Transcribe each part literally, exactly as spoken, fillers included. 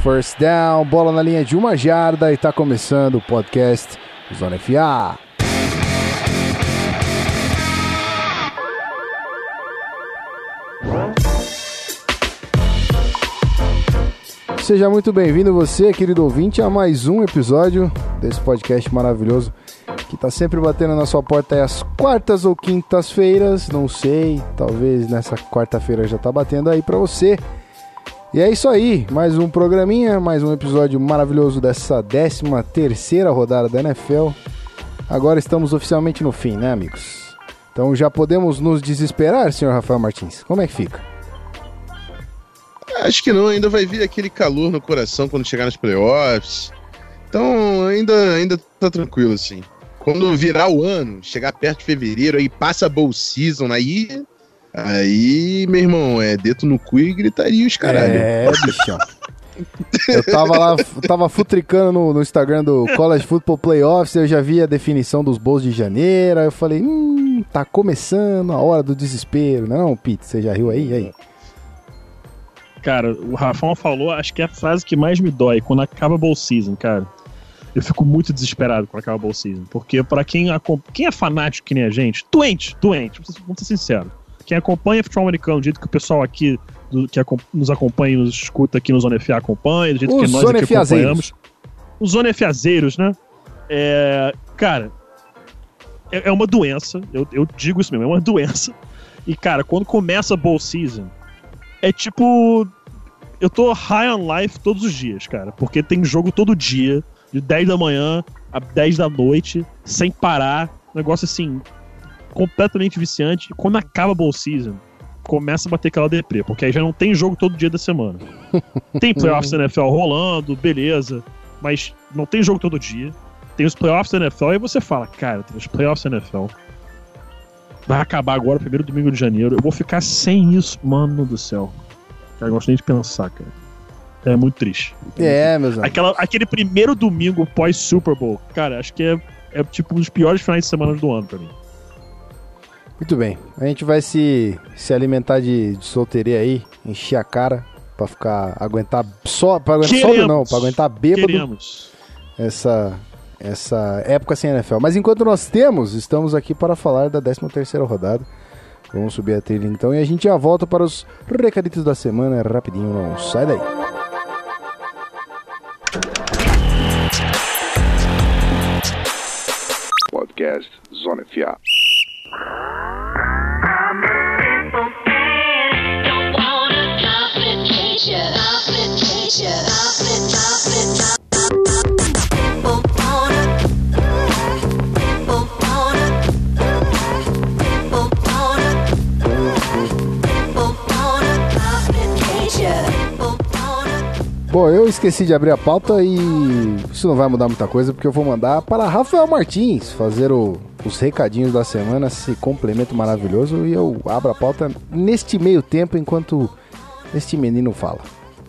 First down, bola na linha de uma jarda e tá começando o podcast Zona F A. Seja muito bem-vindo você, querido ouvinte, a mais um episódio desse podcast maravilhoso que tá sempre batendo na sua porta aí às quartas ou quintas-feiras, não sei, talvez nessa quarta-feira já tá batendo aí pra você. E é isso aí, mais um programinha, mais um episódio maravilhoso dessa décima terceira rodada da N F L. Agora estamos oficialmente no fim, né, amigos? Então já podemos nos desesperar, senhor Rafael Martins? Como é que fica? Acho que não, ainda vai vir aquele calor no coração quando chegar nos playoffs. Então ainda, ainda tá tranquilo, assim. Quando virar o ano, chegar perto de fevereiro, aí passa a bowl season, aí... Aí, meu irmão, é dedo no cu e gritaria os caralho. É, bichão. Eu tava lá, tava futricando no, no Instagram do College Football Playoffs, eu já vi a definição dos bowls de janeiro, aí eu falei, hum, tá começando a hora do desespero, não, não Pete, você já riu aí? E aí? Cara, o Rafão falou, acho que é a frase que mais me dói, quando acaba a bowl season, cara. Eu fico muito desesperado quando acaba a bowl season, porque pra quem, quem é fanático que nem a gente, doente, doente, vamos ser sinceros. Quem acompanha futebol americano, do jeito que o pessoal aqui do, que nos acompanha e nos escuta aqui no Zona F A acompanha, do jeito os que nós aqui acompanhamos. Os Zona F Azeiros, né? É, cara, é, é uma doença, eu, eu digo isso mesmo, é uma doença. E, cara, quando começa a bowl season, é tipo... Eu tô high on life todos os dias, cara, porque tem jogo todo dia, de dez da manhã a dez da noite, sem parar, negócio assim... completamente viciante. Quando acaba a bowl season, começa a bater aquela deprê, porque aí já não tem jogo todo dia da semana. Tem playoffs da N F L rolando, beleza, mas não tem jogo todo dia. Tem os playoffs da N F L e você fala, cara, tem os playoffs da N F L. Vai acabar agora, primeiro domingo de janeiro. Eu vou ficar sem isso, mano do céu. Cara, eu gosto nem de pensar, cara. É muito triste. É, meus amigos. Aquela, aquele primeiro domingo pós-Super Bowl, cara, acho que é, é tipo um dos piores finais de semana do ano pra mim. Muito bem, a gente vai se, se alimentar de, de solteiria aí, encher a cara pra ficar, aguentar só, pra aguentar só não, pra aguentar bêbado. Queremos. Essa, essa época sem N F L. Mas enquanto nós temos, estamos aqui para falar da décima terceira rodada. Vamos subir a trilha então e a gente já volta para os recaditos da semana rapidinho, não sai daí. Podcast Zona F A. Bom, eu esqueci de abrir a pauta e isso não vai mudar muita coisa, porque eu vou mandar para Rafael Martins fazer o, os recadinhos da semana, esse complemento maravilhoso, e eu abro a pauta neste meio tempo, enquanto este menino fala.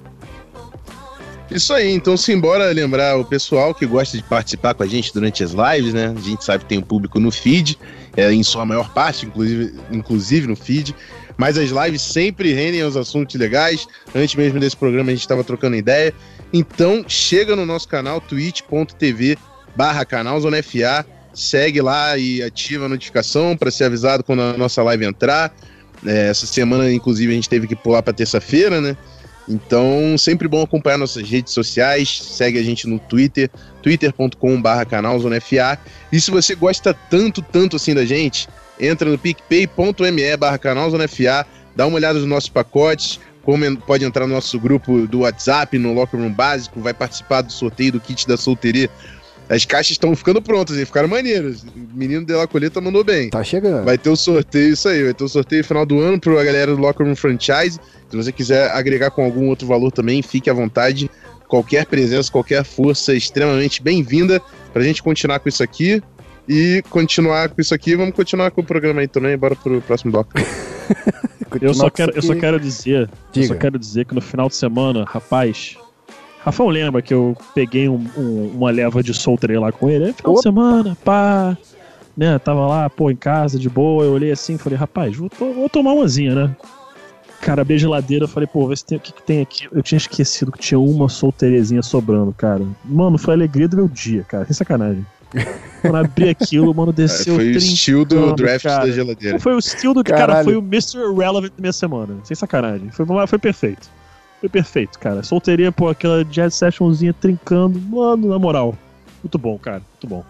Isso aí, então simbora lembrar o pessoal que gosta de participar com a gente durante as lives, né? A gente sabe que tem um público no feed, é, em sua maior parte, inclusive, inclusive no feed, mas as lives sempre rendem aos assuntos legais. Antes mesmo desse programa a gente estava trocando ideia. Então chega no nosso canal, twitch.tv barra canal Zona F A, segue lá e ativa a notificação para ser avisado quando a nossa live entrar. É, essa semana, inclusive, a gente teve que pular para terça-feira, né? Então, sempre bom acompanhar nossas redes sociais, segue a gente no Twitter, twitter.com barra canal Zona F A. E se você gosta tanto, tanto assim da gente, entra no picpay.me barra canal Zona F A, dá uma olhada nos nossos pacotes, como pode entrar no nosso grupo do WhatsApp, no Locker Room Básico, vai participar do sorteio do kit da solteria. As caixas estão ficando prontas, hein? Ficaram maneiras. O menino de La Coleta mandou bem. Tá chegando. Vai ter o sorteio, isso aí, vai ter o sorteio no final do ano pra galera do Locker Room Franchise. Se você quiser agregar com algum outro valor também, fique à vontade. Qualquer presença, qualquer força é extremamente bem-vinda pra gente continuar com isso aqui. E continuar com isso aqui, vamos continuar com o programa aí também. Bora pro próximo bloco. eu, só quero, eu só quero dizer, Diga. eu só quero dizer que no final de semana, rapaz... Rafael lembra que eu peguei um, um, uma leva de solteiro lá com ele? Aí, final Opa. de semana, pá... Né, tava lá, pô, em casa, de boa. Eu olhei assim e falei, rapaz, vou, to- vou tomar umazinha, né? Cara, abri a geladeira, eu falei, pô, vê se tem o que, que tem aqui. Eu tinha esquecido que tinha uma solteirezinha sobrando, cara. Mano, foi a alegria do meu dia, cara. Sem sacanagem. Quando abri aquilo, mano, desceu. Foi o estilo do draft cara. da geladeira. Foi o estilo do. Caralho. Cara, foi o mister Irrelevant da minha semana. Sem sacanagem. Foi, foi perfeito. Foi perfeito, cara. Solteirinha, pô, aquela jazz sessionzinha trincando. Mano, na moral. Muito bom, cara. Muito bom.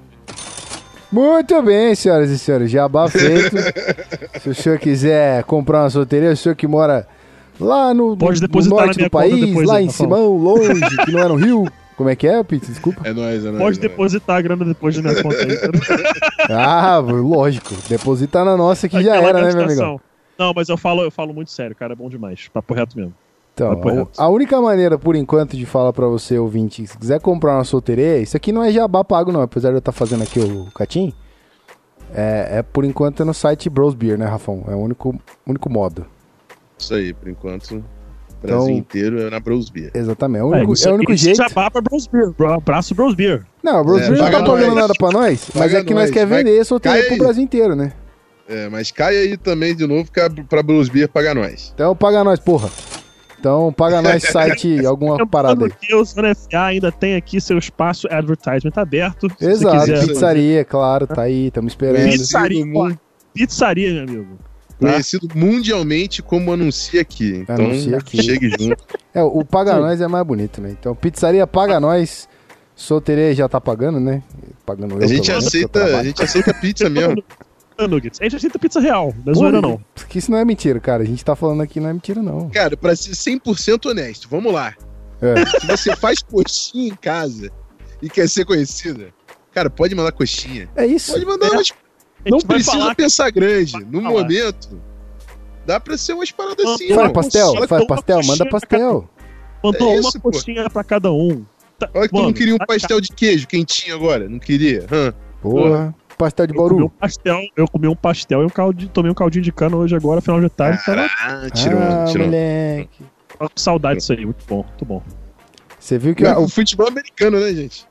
Muito bem, senhoras e senhores, jabá feito. Se o senhor quiser comprar uma solteirinha, o senhor que mora lá no, Pode no, no depositar norte na minha do país, conta depois, lá aí, em Rafael. Simão, longe, que não é no Rio. Como é que é, Pete? Desculpa. É nóis, é nóis. Pode é nóis. depositar a grana depois da minha conta aí. Ah, lógico. Deposita na nossa que já Aquela era, né, meu gastação. amigão? Não, mas eu falo, eu falo muito sério, cara. É bom demais. Papo reto mesmo. Então, Papo reto. a única maneira, por enquanto, de falar pra você, ouvinte, se quiser comprar uma solteirinha, isso aqui não é jabá pago, não. Apesar de eu estar fazendo aqui o catim, é, é por enquanto é no site Bros Beer, né, Rafão? É o único, único modo. Isso aí, por enquanto. O Brasil Então- inteiro é na Bros Beer. Exatamente. É o único, isso- é o único isso jeito. jabá pra Bros Beer. Bra- Abraço Bros Beer. Não, o Bros É, Beer não paga tá pagando nós. nada pra nós, mas Paga é que nós nós. quer Vai- vender solteirinha cai pro aí. Brasil inteiro, né? É, mas cai aí também de novo pra, pra Bros Beer pagar nós. Então paga nós, porra. Então paga nós site, alguma parada aí. Lembrando que o Zona F A ainda tem aqui seu espaço advertisement aberto. Se Exato, você quiser. pizzaria, claro, tá aí, estamos esperando. Pizza. Pizzaria, Todo mundo- pizzaria, meu amigo. Conhecido mundialmente como Anuncia Aqui. Então, Anuncia Aqui. chegue junto. É, o paga Sim. nós é mais bonito, né? Então pizzaria paga nós, solteirinha já tá pagando, né? Pagando eu, A gente, pelo menos, que eu aceita, trabalho. a gente aceita pizza mesmo. Nuggets. A gente aceita pizza real, não é Pô, zoeira não. Que isso não é mentira, cara. A gente tá falando aqui não é mentira, não. Cara, pra ser cem por cento honesto, vamos lá. É. Se você faz coxinha em casa e quer ser conhecida, cara, pode mandar coxinha. É isso. Pode mandar É. umas. A Não gente vai precisa falar pensar grande. Vai No falar. momento, dá pra ser umas paradas assim, Faz Faz irmão. pastel, Fala faz que uma pastel, manda coxinha pastel. mandou É uma isso, pô. coxinha pra cada um. Tá- Olha que tu não Mano, queria um tá- pastel de queijo quentinho agora. Não queria? Hã? Porra, pastel de Eu comi um Bauru. pastel, eu comi um pastel e um caldinho, tomei um caldinho de cana hoje agora, final de tarde. Tava Ah, tirou, Ah, tirou. moleque. tava com saudade disso aí, muito bom, muito bom. Você viu que É a- o o futebol americano, né, gente?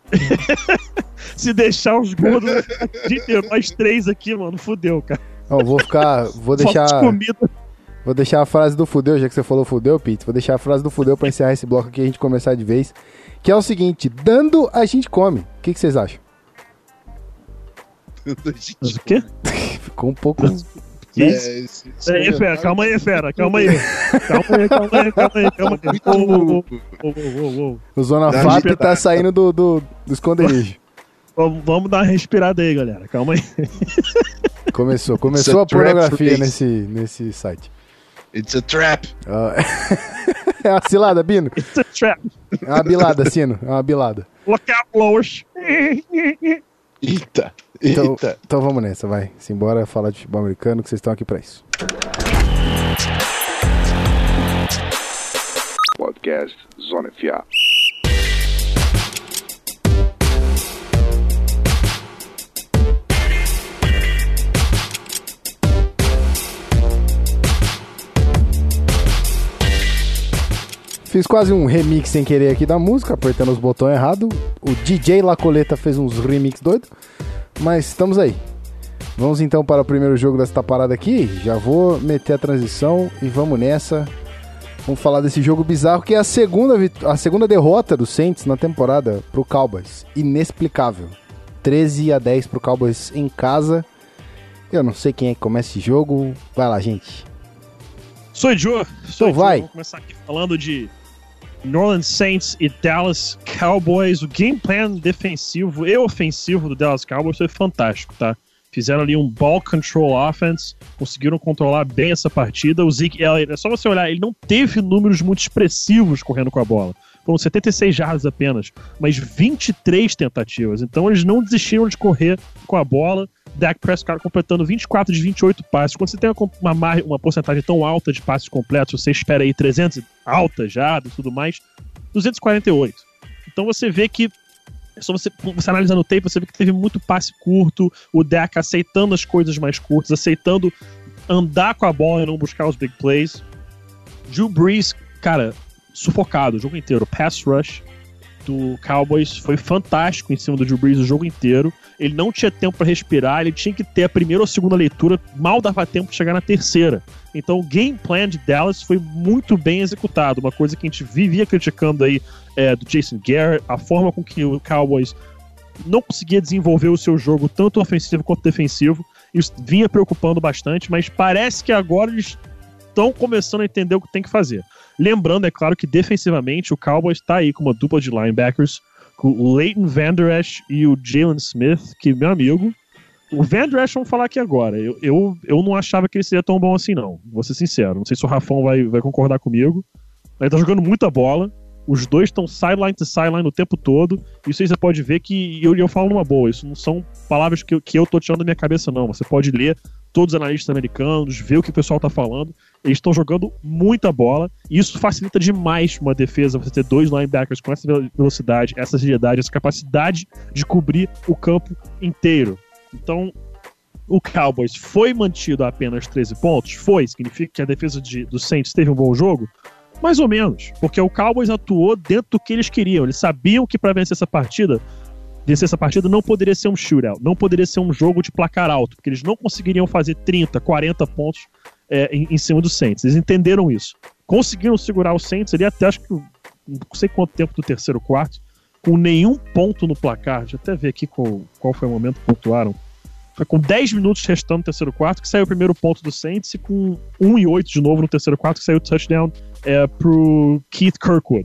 Se deixar os gordos vai ficar o dia inteiro, nós três aqui, mano, fudeu, cara. Ó, vou ficar, vou Falta de deixar, comida. vou deixar a frase do fudeu, já que você falou fudeu, Pete. Vou deixar a frase do fudeu pra encerrar esse bloco aqui e a gente começar de vez. Que é o seguinte: dando a gente come. O que, que vocês acham? Mas o quê? Ficou um pouco. Que isso? É, esse- esse Pera aí, fera, comentário calma aí, fera, calma aí. Calma aí, calma aí, calma aí, calma aí. Ô, ô, ô, ô, ô, ô. O Zona Dá F A P espetáculo. tá saindo do, do, do esconderijo. Vamos- Vamos dar uma respirada aí, galera. Calma aí. Começou, começou It's a a pornografia trap nesse, nesse site. It's a trap. Ah, é uma cilada, Bino? It's a trap. É uma bilada, Sino. É uma bilada. Look out, blowers. Eita, Então, eita. então vamos nessa, vai. Simbora falar de futebol americano, que vocês estão aqui pra isso. Podcast Zona F A. Fiz quase um remix sem querer aqui da música, apertando os botões errados. O D J Lacoleta fez uns remix doidos, mas estamos aí. Vamos então para o primeiro jogo desta parada aqui. Já vou meter a transição e vamos nessa. Vamos falar desse jogo bizarro que é a segunda, vit- a segunda derrota do Saints na temporada pro Cowboys. Inexplicável. treze a dez pro Cowboys em casa. Eu não sei quem é que começa esse jogo. Vai lá, gente. Sou Joe. Sou Então vai. Vamos começar aqui falando de New Orleans Saints e Dallas Cowboys. O game plan defensivo e ofensivo do Dallas Cowboys foi fantástico, tá? Fizeram ali um ball control offense, conseguiram controlar bem essa partida. O Zeke Elliott, é só você olhar, ele não teve números muito expressivos correndo com a bola. Foram setenta e seis jardas apenas, mas vinte e três tentativas. Então eles não desistiram de correr com a bola. Dak Prescott completando vinte e quatro de vinte e oito passes. Quando você tem uma, uma, mar- uma porcentagem tão alta de passes completos, você espera aí trezentas altas jardas e tudo mais, duzentos e quarenta e oito. Então você vê que, é só você, você analisando o tape, você vê que teve muito passe curto, o Dak aceitando as coisas mais curtas, aceitando andar com a bola e não buscar os big plays. Drew Brees, cara, sufocado o jogo inteiro. Pass rush, do Cowboys foi fantástico em cima do Drew Brees o jogo inteiro. Ele não tinha tempo para respirar, ele tinha que ter a primeira ou segunda leitura, mal dava tempo de chegar na terceira. Então o game plan de Dallas foi muito bem executado, uma coisa que a gente vivia criticando aí é, do Jason Garrett, a forma com que o Cowboys não conseguia desenvolver o seu jogo, tanto ofensivo quanto defensivo. Isso vinha preocupando bastante, mas parece que agora eles estão começando a entender o que tem que fazer. Lembrando, é claro, que defensivamente o Cowboys está aí com uma dupla de linebackers, com o Leighton Vander Esch e o Jalen Smith, que, meu amigo, o Vander Esch, vamos falar aqui agora, eu, eu, eu não achava que ele seria tão bom assim, não. Vou ser sincero, não sei se o Rafão vai, vai concordar comigo. Ele tá jogando muita bola, os dois estão sideline to sideline o tempo todo. Isso aí você pode ver que eu, eu falo numa boa. Isso não são palavras que eu, que eu tô tirando da minha cabeça, não. Você pode ler todos os analistas americanos, ver o que o pessoal tá falando. Eles estão jogando muita bola. E isso facilita demais uma defesa. Você ter dois linebackers com essa velocidade, essa agilidade, essa capacidade de cobrir o campo inteiro. Então, o Cowboys foi mantido a apenas treze pontos? Foi. Significa que a defesa de, do Saints teve um bom jogo? Mais ou menos, porque o Cowboys atuou dentro do que eles queriam. Eles sabiam que para vencer essa partida, vencer essa partida não poderia ser um shootout, não poderia ser um jogo de placar alto, porque eles não conseguiriam fazer trinta, quarenta pontos é, em, em cima do Saints. Eles entenderam isso. Conseguiram segurar o Saints ali até, acho que, não sei quanto tempo do terceiro quarto, com nenhum ponto no placar. Deixa eu até ver aqui qual, qual foi o momento que pontuaram. Foi com dez minutos restando no terceiro quarto que saiu o primeiro ponto do Saints, e com um e oito de novo no terceiro quarto que saiu o touchdown é, pro Keith Kirkwood.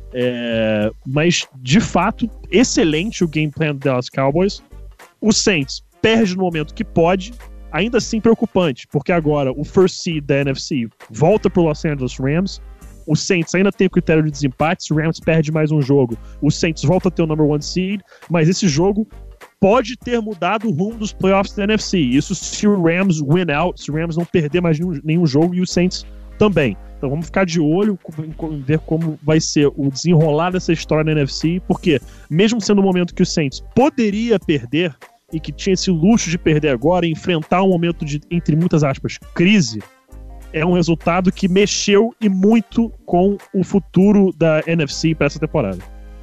É, mas, de fato, excelente o game plan do Dallas Cowboys. O Saints perde no momento que pode, ainda assim preocupante, porque agora o first seed da N F C volta pro Los Angeles Rams. O Saints ainda tem o critério de desempate. Se o Rams perde mais um jogo, o Saints volta a ter o number one seed, mas esse jogo pode ter mudado o rumo dos playoffs da N F C. Isso se o Rams win out, se o Rams não perder mais nenhum, nenhum jogo, e o Saints também. Então vamos ficar de olho em ver como vai ser o desenrolar dessa história na N F C, porque mesmo sendo um momento que o Saints poderia perder, e que tinha esse luxo de perder agora, e enfrentar um momento de, entre muitas aspas, crise, é um resultado que mexeu e muito com o futuro da N F C para essa temporada.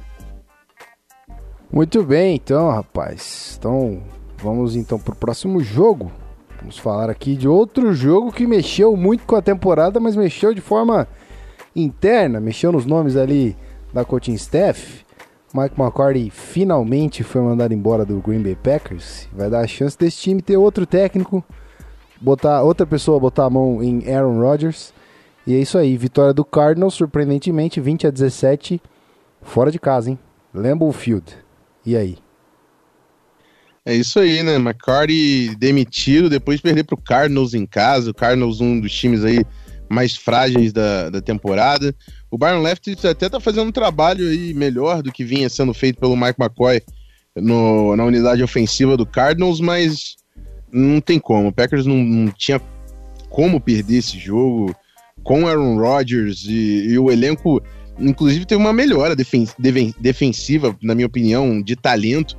Muito bem, então, rapaz. Então, vamos então pro próximo jogo. Vamos falar aqui de outro jogo que mexeu muito com a temporada, mas mexeu de forma interna, mexeu nos nomes ali da coaching staff. Mike McCarthy finalmente foi mandado embora do Green Bay Packers. Vai dar a chance desse time ter outro técnico, botar outra pessoa botar a mão em Aaron Rodgers. E é isso aí, vitória do Cardinals, surpreendentemente, vinte a dezessete, fora de casa, hein? Lambeau Field. E aí? É isso aí, né? McCarthy demitido depois de perder pro Cardinals em casa. O Cardinals, um dos times aí mais frágeis da, da temporada. O Byron Leftwich até tá fazendo um trabalho aí melhor do que vinha sendo feito pelo Mike McCoy no, na unidade ofensiva do Cardinals, mas não tem como. O Packers não, não tinha como perder esse jogo com Aaron Rodgers, e, e o elenco, inclusive, teve uma melhora defen- defen- defensiva, na minha opinião, de talento,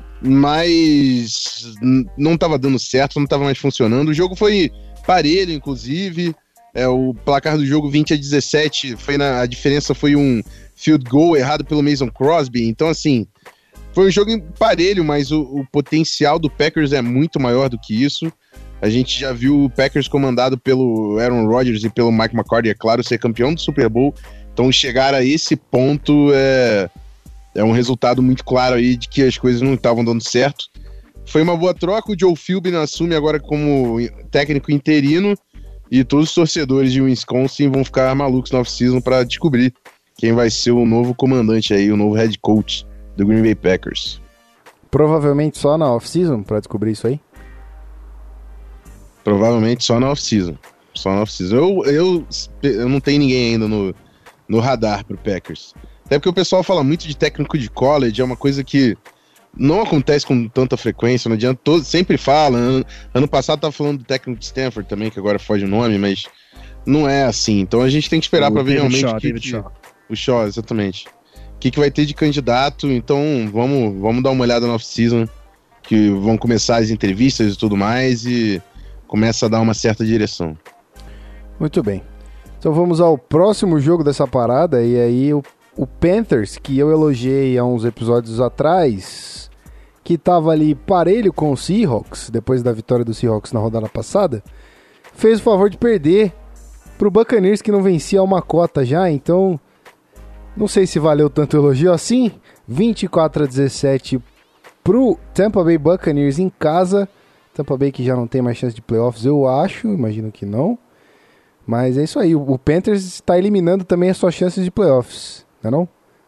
mas não estava dando certo, não estava mais funcionando. O jogo foi parelho, inclusive. É, o placar do jogo vinte a dezessete, foi na, a diferença foi um field goal errado pelo Mason Crosby. Então, assim, foi um jogo parelho, mas o, o potencial do Packers é muito maior do que isso. A gente já viu o Packers comandado pelo Aaron Rodgers e pelo Mike McCarthy, é claro, ser campeão do Super Bowl. Então, chegar a esse ponto é, é um resultado muito claro aí de que as coisas não estavam dando certo. Foi uma boa troca. O Joe Philbin assume agora como técnico interino, e todos os torcedores de Wisconsin vão ficar malucos no off-season para descobrir quem vai ser o novo comandante aí, o novo head coach do Green Bay Packers. Provavelmente só na off-season para descobrir isso aí? Provavelmente só na off-season. Só na off-season. Eu, eu, eu não tenho ninguém ainda no, no radar pro Packers. Até porque o pessoal fala muito de técnico de college, é uma coisa que não acontece com tanta frequência, não adianta, todo, sempre fala. Ano, ano passado tava falando do técnico de Stanford também, que agora foge o nome, mas não é assim. Então a gente tem que esperar para ver realmente Shaw, que, David que, Shaw. o Shaw, exatamente. O que, que vai ter de candidato. Então vamos, vamos dar uma olhada na off-season, que vão começar as entrevistas e tudo mais, e começa a dar uma certa direção. Muito bem. Então vamos ao próximo jogo dessa parada, e aí o o Panthers, que eu elogiei há uns episódios atrás, que tava ali parelho com o Seahawks, depois da vitória do Seahawks na rodada passada, fez o favor de perder pro Buccaneers, que não vencia uma cota já, então não sei se valeu tanto elogio assim. vinte e quatro a dezessete pro Tampa Bay Buccaneers em casa. Tampa Bay que já não tem mais chance de playoffs, eu acho, imagino que não. Mas é isso aí, o Panthers está eliminando também as suas chances de playoffs, não é não?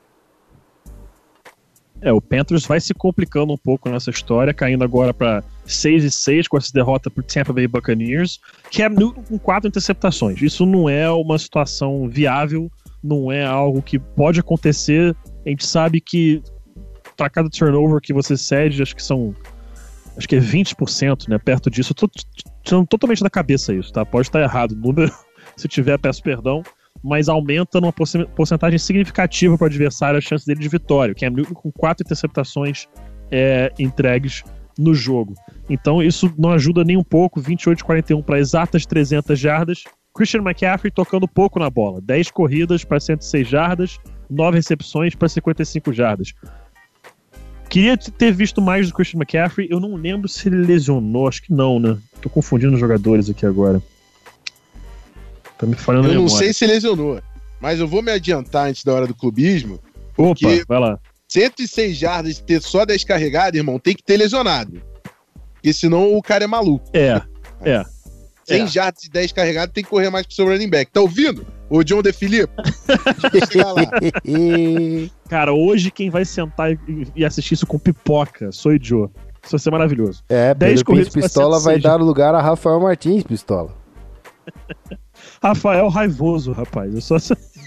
É, o Panthers vai se complicando um pouco nessa história, caindo agora para seis e seis com essa derrota pro Tampa Bay Buccaneers. Cam Newton com quatro interceptações. Isso não é uma situação viável, não é algo que pode acontecer. A gente sabe que para cada turnover que você cede, acho que são acho que é vinte por cento, né, perto disso. Eu tô tirando totalmente da cabeça isso, tá? Pode estar errado o número, se tiver, peço perdão. Mas aumenta numa porcentagem significativa para o adversário a chance dele de vitória. O Cam Newton com quatro interceptações é, entregues no jogo. Então isso não ajuda nem um pouco. vinte e oito a quarenta e um para exatas trezentas jardas. Christian McCaffrey tocando pouco na bola. dez corridas para cento e seis jardas, nove recepções para cinquenta e cinco jardas. Queria ter visto mais do Christian McCaffrey. Eu não lembro se ele lesionou. Acho que não, né? Tô confundindo os jogadores aqui agora. Tá me falando eu não sei se lesionou, mas eu vou me adiantar antes da hora do clubismo. Opa, vai lá. cento e seis jardas ter só dez carregadas, irmão, tem que ter lesionado. Porque senão o cara é maluco. É, é. cem é. jardas e dez carregadas tem que correr mais pro seu running back. Tá ouvindo? Ô John DeFilippo? Chegar lá. Cara, hoje quem vai sentar e, e assistir isso com pipoca sou o Joe. Isso vai ser maravilhoso. É, Pedro Pins Pistola vai dar lugar a Rafael Martins Pistola. Rafael Raivoso, rapaz. Eu só...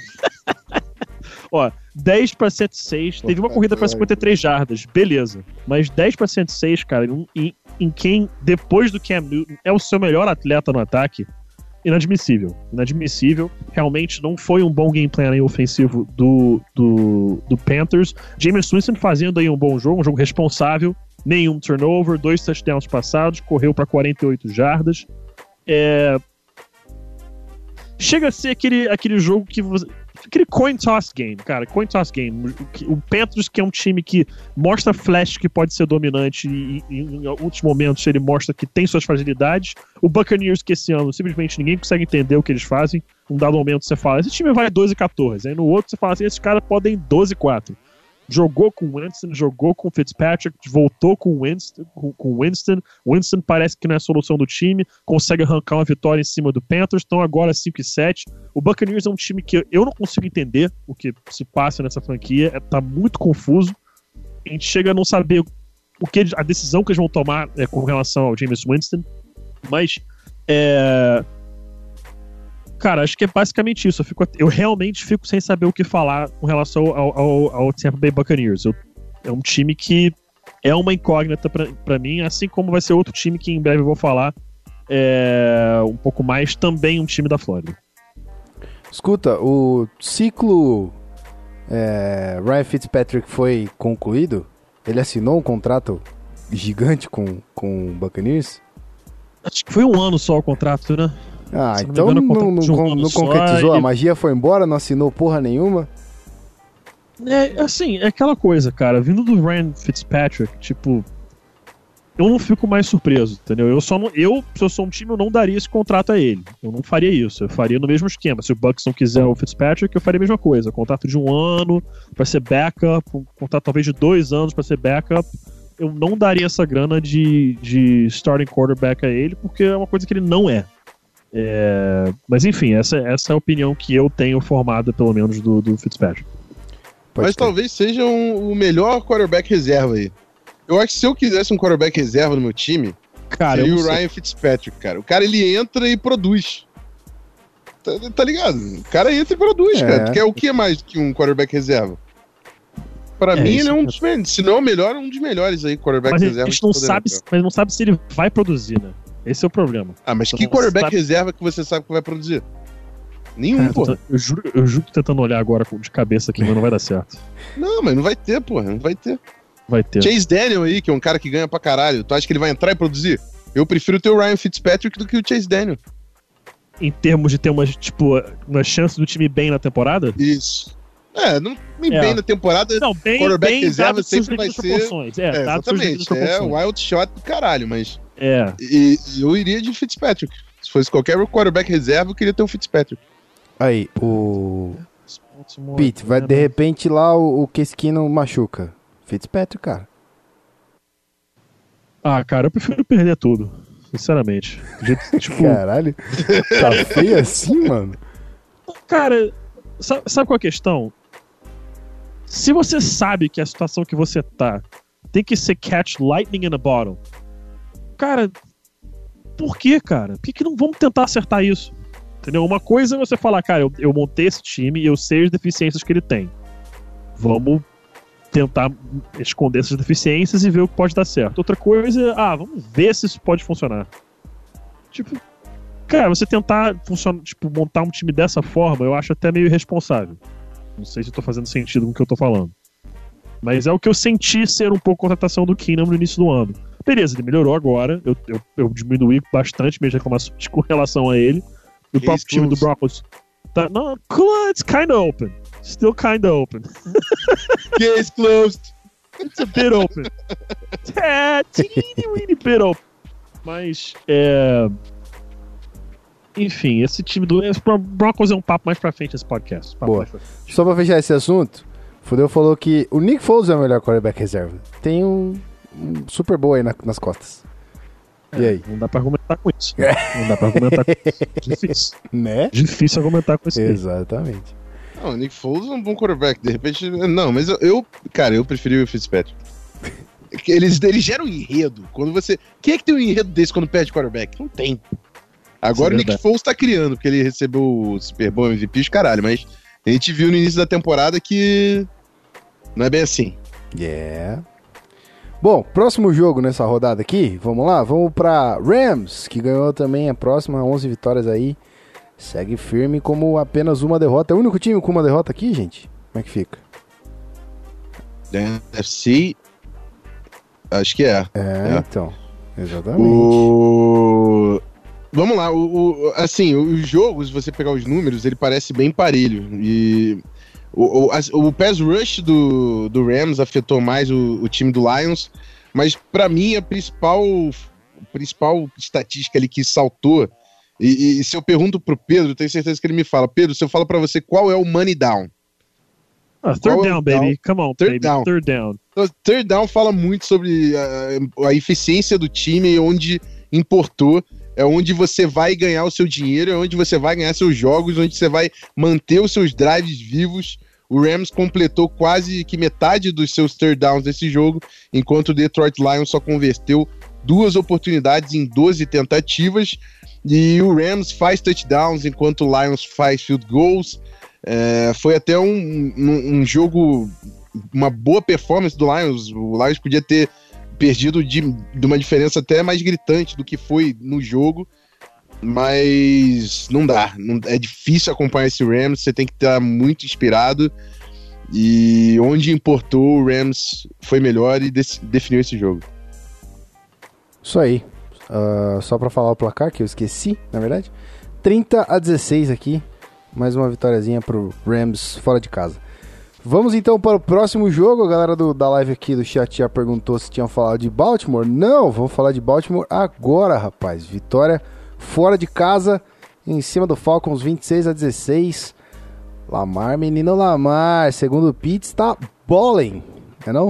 Ó, dez para cento e seis. Teve uma corrida para cinquenta e três jardas. Beleza. Mas dez para cento e seis, cara, em, em quem, depois do Cam Newton, é o seu melhor atleta no ataque, inadmissível. Inadmissível. Realmente não foi um bom game plan aí ofensivo do, do, do Panthers. Jameis Winston fazendo aí um bom jogo, um jogo responsável. Nenhum turnover, dois touchdowns passados, correu para quarenta e oito jardas. É... Chega a ser aquele, aquele jogo que você... Aquele coin toss game, cara. Coin toss game. O Panthers, que é um time que mostra flash que pode ser dominante e, e em alguns momentos ele mostra que tem suas fragilidades. O Buccaneers, que esse ano simplesmente ninguém consegue entender o que eles fazem. Num dado momento você fala, esse time vai doze a quatorze. Aí no outro você fala assim, esses caras podem doze a quatro. Jogou com o Winston, jogou com o Fitzpatrick, voltou com o Winston, com, com o Winston. Winston parece que não é a solução do time, consegue arrancar uma vitória em cima do Panthers, estão agora cinco e sete. O Buccaneers é um time que eu não consigo entender o que se passa nessa franquia, é, tá muito confuso. A gente chega a não saber o que, a decisão que eles vão tomar é, com relação ao Jameis Winston, mas é... Cara, acho que é basicamente isso. Eu, fico, eu realmente fico sem saber o que falar com relação ao, ao, ao Tampa Bay Buccaneers. Eu, é um time que é uma incógnita pra, pra mim, assim como vai ser outro time que em breve eu vou falar é, um pouco mais, também um time da Flórida. Escuta, o ciclo é, Ryan Fitzpatrick foi concluído? Ele assinou um contrato gigante com, com o Buccaneers? Acho que foi um ano só o contrato, né? Ah, então não, não, não, um não concretizou, e... a magia foi embora, não assinou porra nenhuma? É, assim, é aquela coisa, cara, vindo do Ryan Fitzpatrick, tipo, eu não fico mais surpreso, entendeu? Eu só não, eu, se eu sou um time, eu não daria esse contrato a ele. Eu não faria isso, eu faria no mesmo esquema. Se o Bucks não quiser o Fitzpatrick, eu faria a mesma coisa. Contrato de um ano pra ser backup, um contrato talvez de dois anos pra ser backup. Eu não daria essa grana de, de starting quarterback a ele, porque é uma coisa que ele não é. É, mas enfim, essa, essa é a opinião que eu tenho formada, pelo menos, do, do Fitzpatrick. Pode mas ter. Talvez seja um, o melhor quarterback reserva aí. Eu acho que se eu quisesse um quarterback reserva no meu time, cara, seria o Ryan sei. Fitzpatrick, cara. O cara, ele entra e produz. Tá, tá ligado? O cara entra e produz, é. cara. Tu quer o que mais que um quarterback reserva? Pra é, mim, ele é um dos melhores. Se não é o melhor, é um dos melhores aí, quarterback mas reserva. A gente não sabe, mas não sabe se ele vai produzir, né? Esse é o problema. Ah, mas então, que quarterback sabe... reserva que você sabe que vai produzir? Nenhum, pô. Eu juro, eu juro que tô tentando olhar agora de cabeça aqui, mas não vai dar certo. Não, mas não vai ter, pô. Não vai ter. Vai ter. Chase Daniel aí, que é um cara que ganha pra caralho. Tu acha que ele vai entrar e produzir? Eu prefiro ter o Ryan Fitzpatrick do que o Chase Daniel. Em termos de ter uma, tipo, uma chance do time bem na temporada? Isso. É, não, nem É. bem na temporada. Não, bem, quarterback bem reserva dado suas sempre vai devidas ser- proporções. É, É, dado suas devidas exatamente. É proporções. wild shot do caralho, mas. É. E, e eu iria de Fitzpatrick. Se fosse qualquer quarterback reserva, eu queria ter um Fitzpatrick. Aí, o Baltimore, Pete, vai de repente lá o, o Case Keenum machuca. Fitzpatrick, cara. Ah, cara, eu prefiro perder tudo. Sinceramente. Do jeito- tipo, Caralho. Tá feio assim, mano? cara, sabe, sabe qual é a questão? Se você sabe que a situação que você tá tem que ser catch lightning in a bottle, cara, por que, cara? Por que, que não vamos tentar acertar isso? Entendeu? Uma coisa é você falar, cara, eu, eu montei esse time e eu sei as deficiências que ele tem. Vamos tentar esconder essas deficiências e ver o que pode dar certo. Outra coisa é, ah, vamos ver se isso pode funcionar. Tipo, cara, você tentar funcionar, tipo, montar um time dessa forma, eu acho até meio irresponsável. Não sei se eu tô fazendo sentido com o que eu tô falando. Mas é o que eu senti ser um pouco a contratação do Keenum no início do ano. Beleza, ele melhorou agora. Eu, eu, eu diminuí bastante minhas reclamações com relação a ele. E o Case próprio time do closed. Broncos tá, não, it's kinda open. Still kinda open. Case closed. It's a bit open. É, teeny weeny bit open. Mas, é... enfim, esse time do esse Broncos é um papo mais pra frente esse podcast. Papo Boa. mais pra frente. Só pra fechar esse assunto, o Fudeu falou que o Nick Foles é o melhor quarterback reserva. Tem um, um Super Bowl aí na- nas costas. E aí? Não dá pra argumentar com isso. Não dá pra argumentar com isso. Difícil. Né? Difícil argumentar com isso. aí. Exatamente. Não, o Nick Foles é um bom quarterback. De repente. Não, mas eu. eu- cara, eu preferi o Fitzpatrick. Eles, eles geram um enredo. Quando você. Quem é que tem um enredo desse quando perde quarterback? Não tem. Agora Isso é o Nick verdade. Foles tá criando, porque ele recebeu o Super Bowl M V P, os caralho, mas a gente viu no início da temporada que não é bem assim. Yeah. Bom, próximo jogo nessa rodada aqui, vamos lá, vamos pra Rams, que ganhou também a próxima, onze vitórias aí, segue firme como apenas uma derrota. É o único time com uma derrota aqui, gente? Como é que fica? Da N F C, acho que é. É, É. então, exatamente. O... Vamos lá, o, o- assim, os jogos, se você pegar os números, ele parece bem parelho. E o, o, as- o pass rush do, do Rams afetou mais o, o time do Lions, mas pra mim a principal, a principal estatística ali que saltou, e, e se eu pergunto pro Pedro, eu tenho certeza que ele me fala, Pedro, se eu falo pra você qual é o money down, Ah, third Qual é o down, baby. down? Come on, Third baby. down. Third down. Então, third down fala muito sobre a, a eficiência do time, onde importou, é onde você vai ganhar o seu dinheiro, é onde você vai ganhar seus jogos, onde você vai manter os seus drives vivos. O Rams completou quase que metade dos seus third downs desse jogo, enquanto o Detroit Lions só converteu duas oportunidades em doze tentativas, e o Rams faz touchdowns enquanto o Lions faz field goals. É, foi até um, um, um jogo, uma boa performance do Lions. O Lions podia ter perdido de, de uma diferença até mais gritante do que foi no jogo, mas não dá, não, é difícil acompanhar esse Rams, você tem que estar muito inspirado, e onde importou o Rams foi melhor e dec- definiu esse jogo. Isso aí. Ah, só pra falar o placar, que eu esqueci, na verdade. trinta a dezesseis aqui. Mais uma vitóriazinha pro Rams fora de casa. Vamos então para o próximo jogo. A galera do, da live aqui do chat já perguntou se tinham falado de Baltimore. Não, vamos falar de Baltimore agora, rapaz. Vitória fora de casa, em cima do Falcons, vinte e seis a dezesseis. Lamar, menino Lamar, segundo o Pete, está bowling, é não?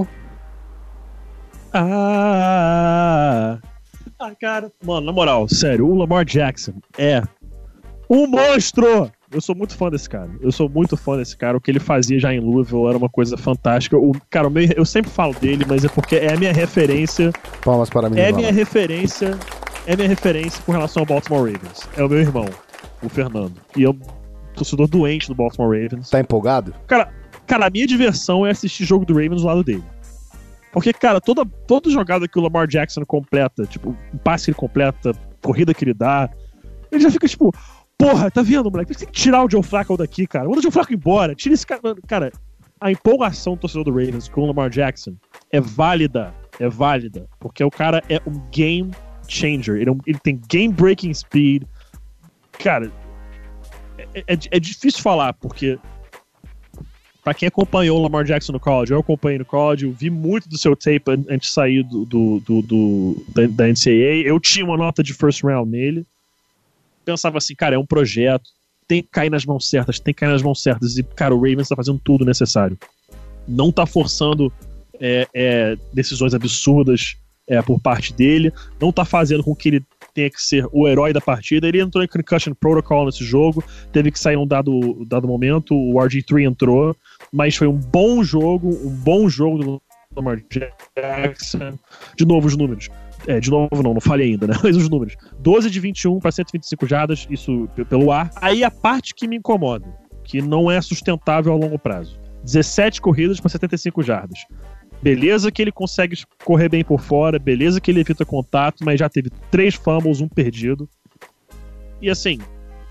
Ah, ah, cara. Mano, na moral, sério, o Lamar Jackson é um monstro! Eu sou muito fã desse cara. Eu sou muito fã desse cara. O que ele fazia já em Louisville era uma coisa fantástica. O, cara, o meu, eu sempre falo dele, mas é porque é a minha referência. Palmas para mim. É a minha referência. É a minha referência com relação ao Baltimore Ravens. É o meu irmão, o Fernando. E eu, torcedor doente do Baltimore Ravens. Tá empolgado? Cara, cara, a minha diversão é assistir jogo do Ravens do lado dele. Porque, cara, toda, toda jogada que o Lamar Jackson completa, tipo, o passe que ele completa, corrida que ele dá, ele já fica tipo, porra, tá vendo, moleque? Tem que tirar o Joe Flacco daqui, cara. Manda o Joe Flacco embora. Tira esse cara. Cara, a empolgação do torcedor do Ravens com o Lamar Jackson é válida. É válida. Porque o cara é um game changer. Ele, é um, ele tem game breaking speed. Cara, é, é, é difícil falar, porque pra quem acompanhou o Lamar Jackson no college, eu acompanhei no college, eu vi muito do seu tape antes de sair do, do, do, do da, da N C A A. Eu tinha uma nota de first round nele. Pensava assim, cara, é um projeto, tem que cair nas mãos certas, tem que cair nas mãos certas. E, cara, o Ravens tá fazendo tudo necessário. Não tá forçando é, é, decisões absurdas é, por parte dele, não tá fazendo com que ele tenha que ser o herói da partida. Ele entrou em concussion protocol nesse jogo, teve que sair um dado, dado momento, o R G três entrou, mas foi um bom jogo, um bom jogo do Lamar Jackson. De novo os números. É, de novo não, não falei ainda, né? Mas os números. doze de vinte e um para cento e vinte e cinco jardas, isso pelo ar. Aí a parte que me incomoda, que não é sustentável a longo prazo. dezessete corridas para setenta e cinco jardas. Beleza que ele consegue correr bem por fora, beleza que ele evita contato, mas já teve três fumbles, um perdido. E assim...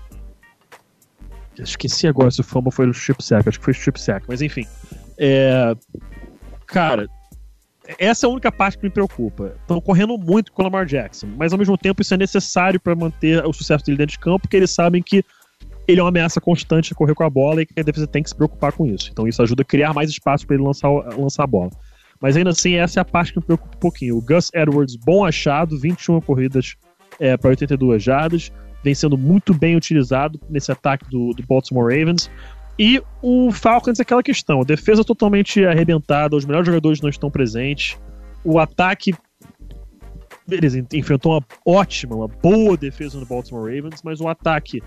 Esqueci agora se o fumble foi o strip sack, acho que foi o strip sack, mas enfim. É... Cara, essa é a única parte que me preocupa. Estão correndo muito com o Lamar Jackson, mas ao mesmo tempo isso é necessário para manter o sucesso dele dentro de campo, porque eles sabem que ele é uma ameaça constante a correr com a bola e que a defesa tem que se preocupar com isso. Então isso ajuda a criar mais espaço para ele lançar, lançar a bola. Mas ainda assim, essa é a parte que me preocupa um pouquinho. O Gus Edwards, bom achado, vinte e uma corridas é, para oitenta e duas jardas, vem sendo muito bem utilizado nesse ataque do, do Baltimore Ravens. E o Falcons é aquela questão, a defesa totalmente arrebentada, os melhores jogadores não estão presentes, o ataque, beleza, enfrentou uma ótima, uma boa defesa no Baltimore Ravens, mas o ataque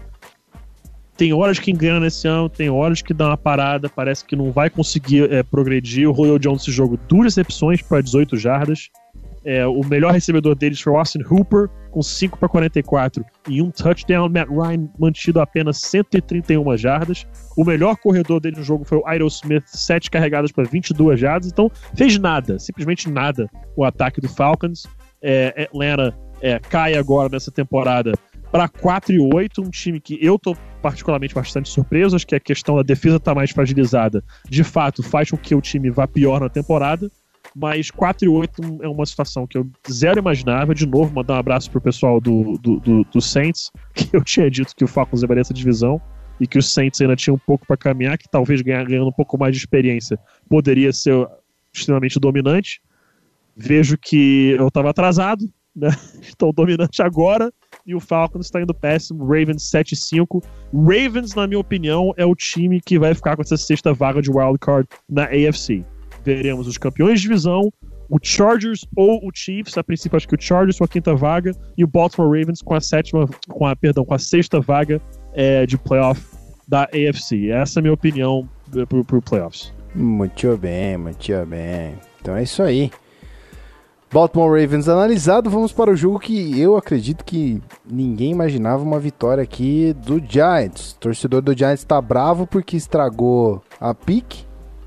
tem horas que engana esse ano, tem horas que dá uma parada, parece que não vai conseguir é, progredir. O Julio Jones esse jogo, duas recepções para dezoito jardas. É, o melhor recebedor deles foi o Austin Hooper, com cinco para quarenta e quatro e um touchdown. Matt Ryan mantido apenas cento e trinta e uma jardas. O melhor corredor dele no jogo foi o Ito Smith, sete carregadas para vinte e duas jardas. Então, fez nada, simplesmente nada o ataque do Falcons. É, Atlanta é, cai agora nessa temporada para quatro e oito, um time que eu tô particularmente bastante surpreso. Acho que a questão da defesa tá mais fragilizada, de fato, faz com que o time vá pior na temporada, mas quatro e oito é uma situação que eu zero imaginava. De novo, mandar um abraço pro pessoal do, do, do, do Saints, que eu tinha dito que o Falcons levaria essa divisão, e que o Saints ainda tinha um pouco para caminhar, que talvez ganhar, ganhando um pouco mais de experiência poderia ser extremamente dominante. Vejo que eu tava atrasado, né? Estão dominantes agora, e o Falcons está indo péssimo. Ravens sete e cinco. Ravens, na minha opinião, é o time que vai ficar com essa sexta vaga de wildcard na A F C. Veremos os campeões de divisão, o Chargers ou o Chiefs, a princípio acho que o Chargers com a quinta vaga, e o Baltimore Ravens com a sétima, com a, perdão, com a sexta vaga é, de playoff da A F C. Essa é a minha opinião pro, pro playoffs. Muito bem, muito bem. Então é isso aí. Baltimore Ravens analisado, vamos para o jogo que eu acredito que ninguém imaginava uma vitória aqui do Giants. O torcedor do Giants tá bravo porque estragou a pique,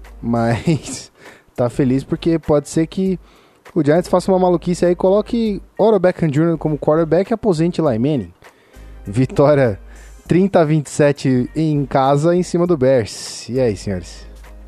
mas tá feliz porque pode ser que o Giants faça uma maluquice aí e coloque Odell Beckham Júnior como quarterback e aposente Eli Manning. Vitória trinta a vinte e sete em casa em cima do Bears. E aí, senhores?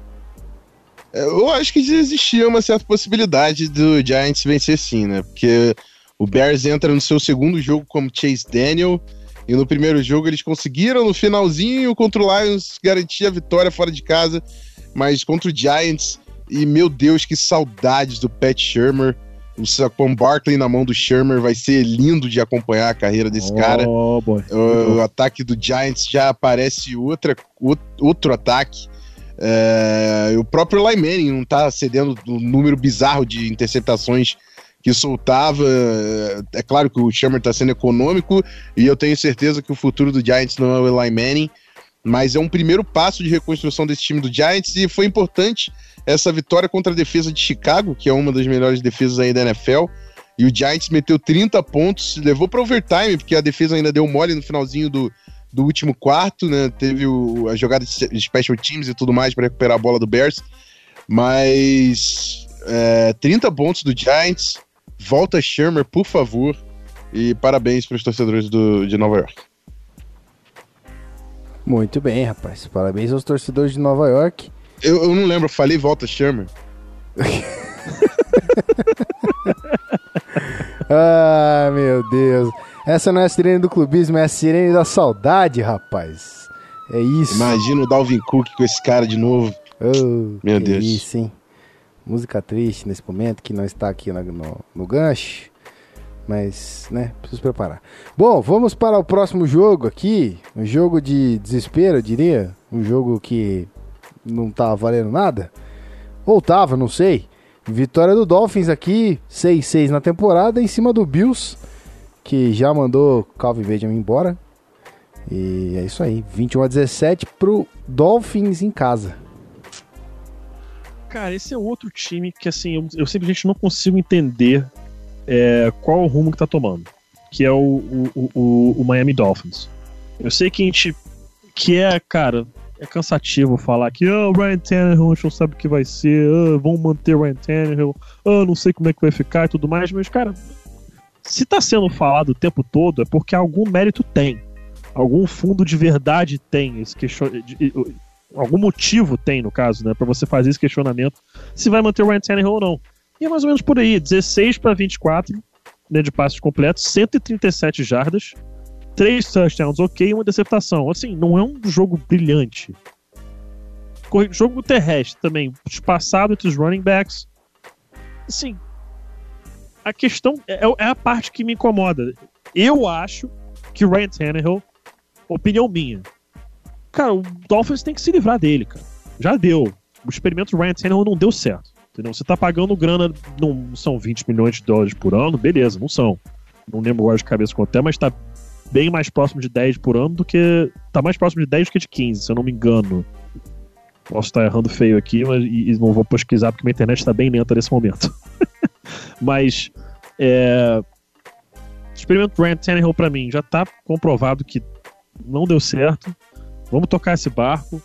Eu acho que existia uma certa possibilidade do Giants vencer sim, né? Porque o Bears entra no seu segundo jogo como Chase Daniel, e no primeiro jogo eles conseguiram, no finalzinho, contra o Lions, garantir a vitória fora de casa, mas contra o Giants, e meu Deus, que saudades do Pat Shurmur. O Saquon Barkley na mão do Shurmur vai ser lindo de acompanhar a carreira desse oh, cara. Boy. O, o ataque do Giants já parece outra, outro ataque. É, o próprio Eli Manning não tá cedendo o número bizarro de interceptações que soltava. É claro que o Shurmur tá sendo econômico e eu tenho certeza que o futuro do Giants não é o Eli Manning, mas é um primeiro passo de reconstrução desse time do Giants, e foi importante essa vitória contra a defesa de Chicago, que é uma das melhores defesas aí da N F L, e o Giants meteu trinta pontos, levou para overtime, porque a defesa ainda deu mole no finalzinho do do último quarto, né? Teve o, a jogada de special teams e tudo mais para recuperar a bola do Bears, mas é, trinta pontos do Giants. Volta Shurmur, por favor, e parabéns para os torcedores do, de Nova York. Muito bem, rapaz, parabéns aos torcedores de Nova York. Eu, eu não lembro, eu falei volta Shurmur. Ah, meu Deus. Essa não é a sirene do clubismo, é a sirene da saudade, rapaz. É isso. Imagina o Dalvin Cook com esse cara de novo. Oh, Meu que Deus. Isso, hein? Música triste nesse momento, que não está aqui no, no, no gancho. Mas, né, preciso preparar. Bom, vamos para o próximo jogo aqui. Um jogo de desespero, eu diria. Um jogo que não tá valendo nada. Ou tava, não sei. Vitória do Dolphins aqui, seis a seis na temporada, em cima do Bills, que já mandou Calvin Benjamin embora. E é isso aí, vinte e um a dezessete pro Dolphins em casa. Cara, esse é outro time que, assim, eu, eu simplesmente não consigo entender é, qual o rumo que tá tomando. Que é o, o, o, o Miami Dolphins. Eu sei que a gente... Que é, cara... É cansativo falar que oh, o Ryan Tannehill, a gente não sabe o que vai ser, oh, vão manter o Ryan Tannehill, oh, não sei como é que vai ficar e tudo mais, mas, cara, se tá sendo falado o tempo todo é porque algum mérito tem. Algum fundo de verdade tem esse questionamento. Algum motivo tem, no caso, né, pra você fazer esse questionamento se vai manter o Ryan Tannehill ou não. E é mais ou menos por aí, dezesseis para vinte e quatro, né, de passes completos, cento e trinta e sete jardas, três touchdowns, ok, uma interceptação. Assim, não é um jogo brilhante. Corre- jogo terrestre também, espaçado entre os running backs. Assim, a questão é, é a parte que me incomoda. Eu acho que o Ryan Tannehill, opinião minha, cara, o Dolphins tem que se livrar dele, cara. Já deu. O experimento do Ryan Tannehill não deu certo. Entendeu? Você tá pagando grana, não são vinte milhões de dólares por ano, beleza, não são. Não lembro agora de cabeça quanto é, mas tá bem mais próximo de dez por ano do que... Tá mais próximo de dez do que de quinze, se eu não me engano. Posso estar errando feio aqui, mas e, e não vou pesquisar porque minha internet está bem lenta nesse momento. Mas é, o experimento Ryan Tannehill pra mim já tá comprovado que não deu certo. Vamos tocar esse barco.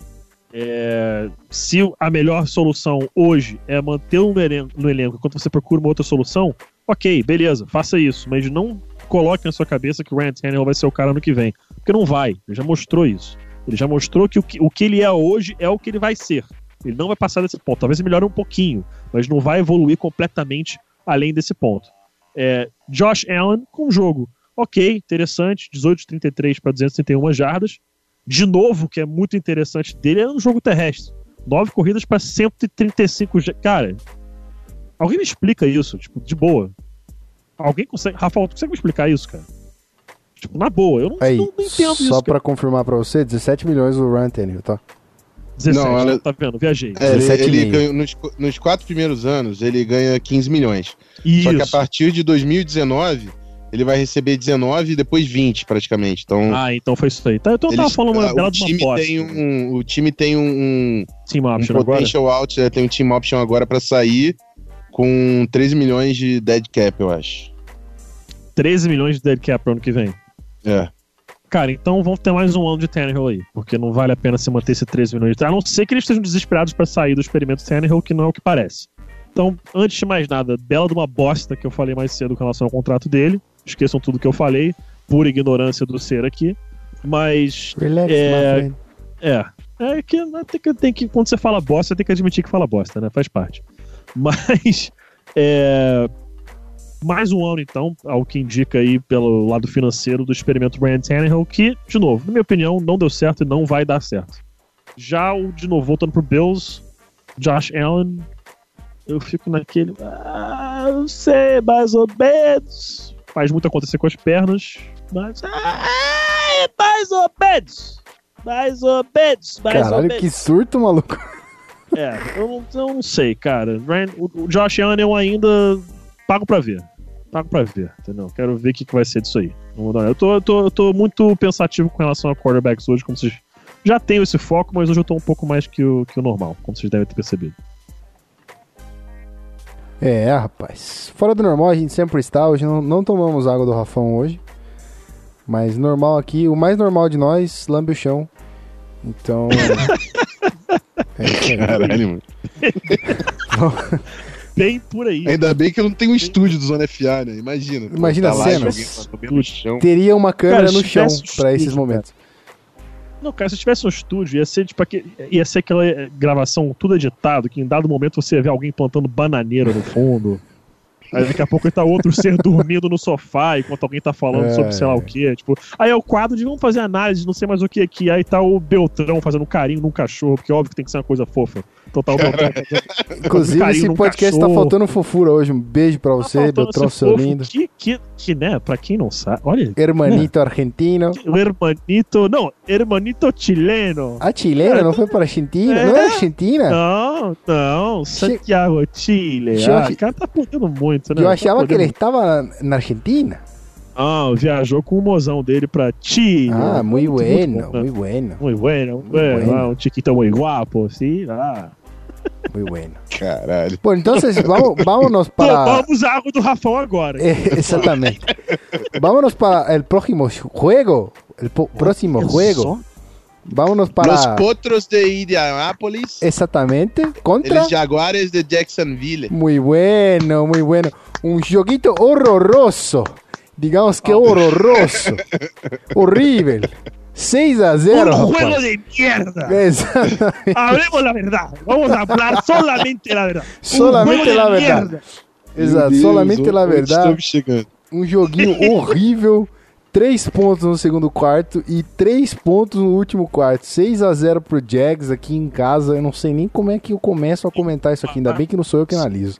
É, se a melhor solução hoje é manter-o no elenco, no elenco enquanto você procura uma outra solução, ok, beleza, faça isso, mas não coloque na sua cabeça que o Ryan Tannehill vai ser o cara ano que vem, porque não vai, ele já mostrou isso. Ele já mostrou que o, que o que ele é hoje é o que ele vai ser. Ele não vai passar desse ponto, talvez ele melhore um pouquinho, mas não vai evoluir completamente além desse ponto. É, Josh Allen com o jogo, ok, interessante, dezoito de trinta e três para duzentas e trinta e uma jardas. De novo, o que é muito interessante dele é no jogo terrestre. nove corridas para cento e trinta e cinco. Cara, alguém me explica isso, tipo, de boa. Alguém consegue. Rafael, tu consegue me explicar isso, cara? Tipo, na boa, eu não, Aí, não, não entendo isso. só pra cara. confirmar pra você, dezessete milhões o Ryan Tannehill, tá? dezessete, Não, ela- tá vendo? Viajei. É, ele, dezessete ele e meio. ganhou, nos, nos quatro primeiros anos, ele ganha quinze milhões. Isso. Só que a partir de dois mil e dezenove, ele vai receber dezenove e depois vinte, praticamente. Então, Ah, então foi isso aí. Tá, então eu tava eles- falando uma ah, bela o, de uma time aposta. tem um, o time tem um, um, Team um option agora. potential out, é, tem um team option agora pra sair com treze milhões de dead cap, eu acho. treze milhões de dead cap pro ano que vem. É. Cara, então vamos ter mais um ano de Tannehill aí, porque não vale a pena se manter esse treze milhões de... A não ser que eles estejam desesperados pra sair do experimento Tannehill, que não é o que parece. Então, antes de mais nada, bela de uma bosta que eu falei mais cedo com relação ao contrato dele. Esqueçam tudo que eu falei, pura ignorância do ser aqui. Mas, Relax, É, my friend. é... É que, né, tem que, tem que quando você fala bosta, você tem que admitir que fala bosta, né? Faz parte. Mas, é... mais um ano, então, ao que indica aí pelo lado financeiro do experimento Ryan Tannehill, que, de novo, na minha opinião, não deu certo e não vai dar certo. Já o, de novo, voltando pro Bills, Josh Allen, eu fico naquele... Ah, não sei, mais ou menos. Faz muito acontecer com as pernas, mas... Ah, mais ou menos. Mais ou menos, mais ou Caralho, menos. que surto, maluco. É, eu não, eu não sei, cara. Ryan, o, o Josh Allen eu ainda pago pra ver. Pago pra ver, entendeu? Quero ver o que, que vai ser disso aí. Não vou dar- Eu tô, eu, tô, eu tô muito pensativo com relação a quarterbacks hoje, como vocês já tenho esse foco, mas hoje eu tô um pouco mais que o, que o normal, como vocês devem ter percebido. É, rapaz. Fora do normal, a gente sempre está. Hoje não, não tomamos água do Rafão hoje. Mas normal aqui, o mais normal de nós, lambe o chão. Então... é isso aí. Caralho, mano. Bem por aí. Ainda bem que eu não tenho um estúdio do Zona F A, né? Imagina. pô, Imagina tá a lá, cena. alguém lambendo o chão. Teria uma câmera Cara, no se chão tivesse pra esses estúdio, momentos. Não, cara, se tivesse um estúdio, ia ser tipo aquele, ia ser aquela eh, gravação tudo editado, que em dado momento você ia ver alguém plantando bananeira no fundo. Aí daqui a pouco tá outro ser dormindo no sofá enquanto alguém tá falando É. sobre sei lá o que. Tipo, aí é o quadro de vamos fazer análise, não sei mais o que aqui. Aí tá o Beltrão fazendo um carinho num cachorro, porque óbvio que tem que ser uma coisa fofa. Total Beltrão. Inclusive, esse podcast tá faltando fofura hoje. Um beijo pra você, tá Beltrão, seu lindo. Que, que, que, né, pra quem não sabe, olha. Hermanito né? argentino. Hermanito, não, hermanito chileno. Ah, chileno, é, não foi para Argentina? É? Não é Argentina? Não, não, Santiago, Chile. Eu ah, ach... O cara tá perdendo muito, né? Eu achava tá que ele estava na Argentina. Ah, viajou com o mozão dele pra Chile. Ah, muito, muito bueno, muito, muito bueno. Muito bueno, muito bueno. bueno. Um chiquito muy guapo, sí. Ah. Muy bueno. Caralho. Bom, então vamos, vámonos para... Tomamos a água do Rafão agora. Eh, exatamente. Vámonos para el próximo juego. El próximo juego. Vámonos para... Los Potros de Indianápolis. Exatamente. Contra... Los Jaguares de Jacksonville. Muy bueno, muy bueno. Un joguito horroroso. Digamos que horroroso. Horrible. seis a cero. Un juego de mierda. Exactamente. Hablemos la verdad. Vamos a hablar solamente la verdad. Solamente la verdad. Mierda. Exato, Deus, solamente la verdad. Chegando. Um joguinho horrível. Três pontos no segundo quarto e três pontos no último quarto. seis a zero pro Jags aqui em casa. Eu não sei nem como é que eu começo a comentar isso aqui. Ainda bem que não sou eu que analiso.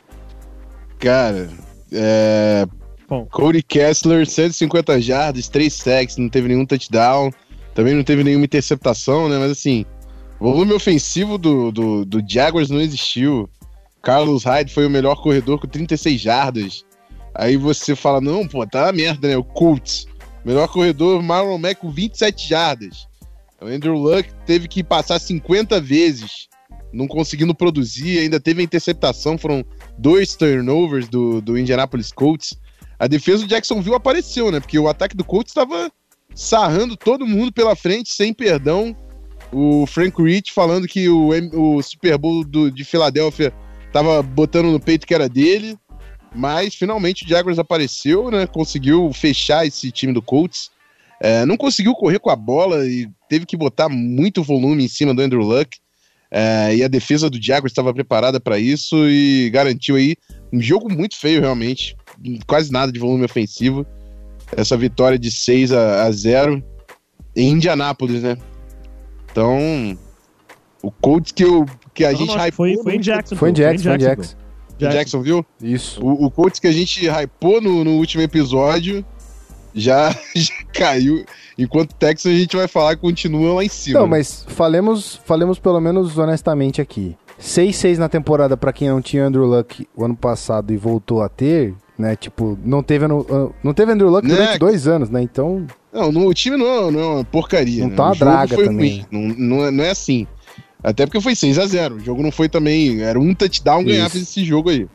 Cara, é... Bom. Cody Kessler, cento e cinquenta jardas, três sacks, não teve nenhum touchdown, também não teve nenhuma interceptação, né? Mas assim, o volume ofensivo do, do, do Jaguars não existiu. Carlos Hyde foi o melhor corredor com trinta e seis jardas. Aí você fala, não, pô, tá na merda, né? O Colts, melhor corredor, Marlon Mack com vinte e sete jardas. O Andrew Luck teve que passar cinquenta vezes, não conseguindo produzir, ainda teve a interceptação, foram dois turnovers do, do Indianapolis Colts. A defesa do Jacksonville apareceu, né? Porque o ataque do Colts estava sarrando todo mundo pela frente, sem perdão. O Frank Rich falando que o, o Super Bowl do, de Filadélfia estava botando no peito que era dele. Mas, finalmente, o Jaguars apareceu, né? Conseguiu fechar esse time do Colts. É, não conseguiu correr com a bola e teve que botar muito volume em cima do Andrew Luck. É, e a defesa do Jaguars estava preparada para isso e garantiu aí um jogo muito feio, realmente. Quase nada de volume ofensivo. Essa vitória de seis a zero em Indianápolis, né? Então, o Colts que, eu, que a não, gente não, hypou... Foi, foi em Jacksonville. Foi em Jackson, foi em Jackson. Jackson. Jacksonville? Isso. O, o Colts que a gente hypou no, no último episódio já, já caiu. Enquanto o Texans a gente vai falar que continua lá em cima. Não, mas falemos, falemos pelo menos honestamente aqui. seis a seis na temporada pra quem não tinha Andrew Luck o ano passado e voltou a ter... Né, tipo, não teve, não teve Andrew Luck durante né? dois anos, né? Então. Não, no, o time não é, não é uma porcaria. Não né? tá uma draga também. Não, não, é, não é assim. Até porque foi seis a zero. O jogo não foi também. Era um touchdown ganhar esse jogo aí.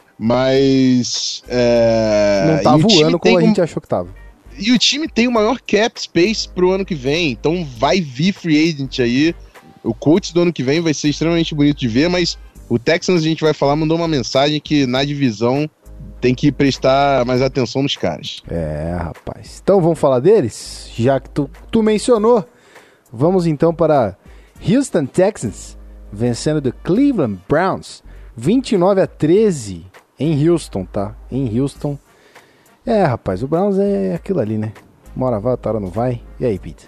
Mas. É, não tá voando como a gente um, achou que tava. E o time tem o maior cap space pro ano que vem. Então vai vir free agent aí. O Colts do ano que vem vai ser extremamente bonito de ver. Mas o Texans, a gente vai falar, mandou uma mensagem que na divisão. Tem que prestar mais atenção nos caras. É, rapaz. Então vamos falar deles? Já que tu, tu mencionou, vamos então para Houston Texans, vencendo o Cleveland Browns, vinte e nove a treze em Houston, tá? Em Houston. É, rapaz, o Browns é aquilo ali, né? Uma hora vai, outra hora não vai. E aí, Peter?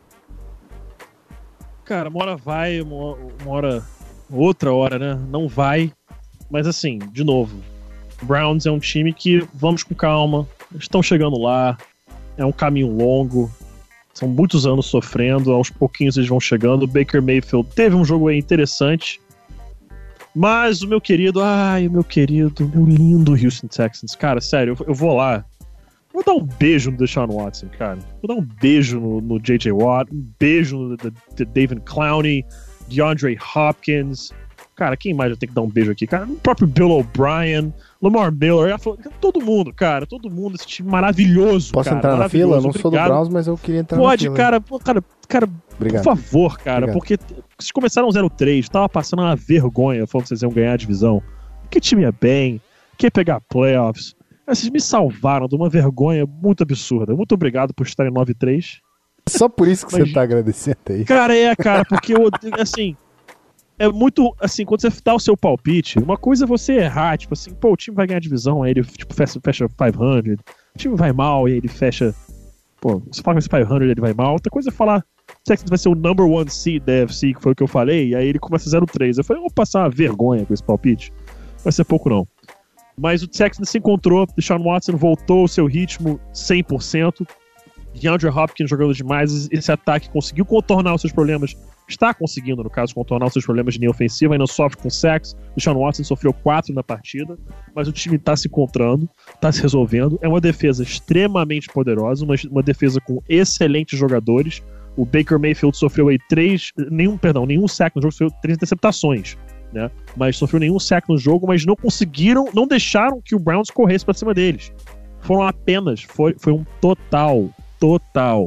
Cara, uma hora vai, uma, uma hora... Outra hora, né? Não vai. Mas assim, de novo... Browns é um time que, vamos com calma, estão chegando lá, é um caminho longo, são muitos anos sofrendo, aos pouquinhos eles vão chegando. O Baker Mayfield teve um jogo aí interessante, mas o meu querido, ai, o meu querido, meu lindo Houston Texans, cara, sério, eu, eu vou lá, vou dar um beijo no Deshaun Watson, cara, vou dar um beijo no, no J J Watt, um beijo no, no, no David Clowney, DeAndre Hopkins... Cara, quem mais eu tenho que dar um beijo aqui? Cara, o próprio Bill O'Brien, Lamar Miller, todo mundo, cara, todo mundo, esse time maravilhoso. Posso cara, entrar na fila? Eu não obrigado. sou do Browns, mas eu queria entrar Pode, na fila. cara, cara, cara, Obrigado. por favor, cara, Obrigado. Porque vocês começaram zero três, tava passando uma vergonha falando que vocês iam ganhar a divisão. Que time é bem, quer pegar playoffs. Vocês me salvaram de uma vergonha muito absurda. Muito obrigado por estarem nove três. Só por isso que mas, você tá agradecendo aí. Cara, é, cara, porque eu, assim... É muito, assim, quando você dá o seu palpite, uma coisa é você errar, tipo assim, pô, o time vai ganhar a divisão, aí ele, tipo, fecha, fecha quinhentos, o time vai mal, e aí ele fecha pô, você fala que esse quinhentos ele vai mal, outra coisa é falar o Texans vai ser o number one seed da A F C, que foi o que eu falei, e aí ele começa zero três. Eu falei, eu vou passar uma vergonha com esse palpite. Vai ser pouco não. Mas o Texans se encontrou, Deshaun Watson voltou ao seu ritmo cem por cento. DeAndre Hopkins jogando demais, esse ataque conseguiu contornar os seus problemas, está conseguindo, no caso, contornar os seus problemas de linha ofensiva, ainda sofre com sacks. Deshaun Watson sofreu quatro na partida, mas o time está se encontrando, está se resolvendo. É uma defesa extremamente poderosa, uma, uma defesa com excelentes jogadores. O Baker Mayfield sofreu aí três, nenhum, perdão, nenhum sack no jogo, sofreu três interceptações, né? Mas sofreu nenhum sack no jogo, mas não conseguiram, não deixaram que o Browns corresse para cima deles. Foram apenas, foi, foi um total, total,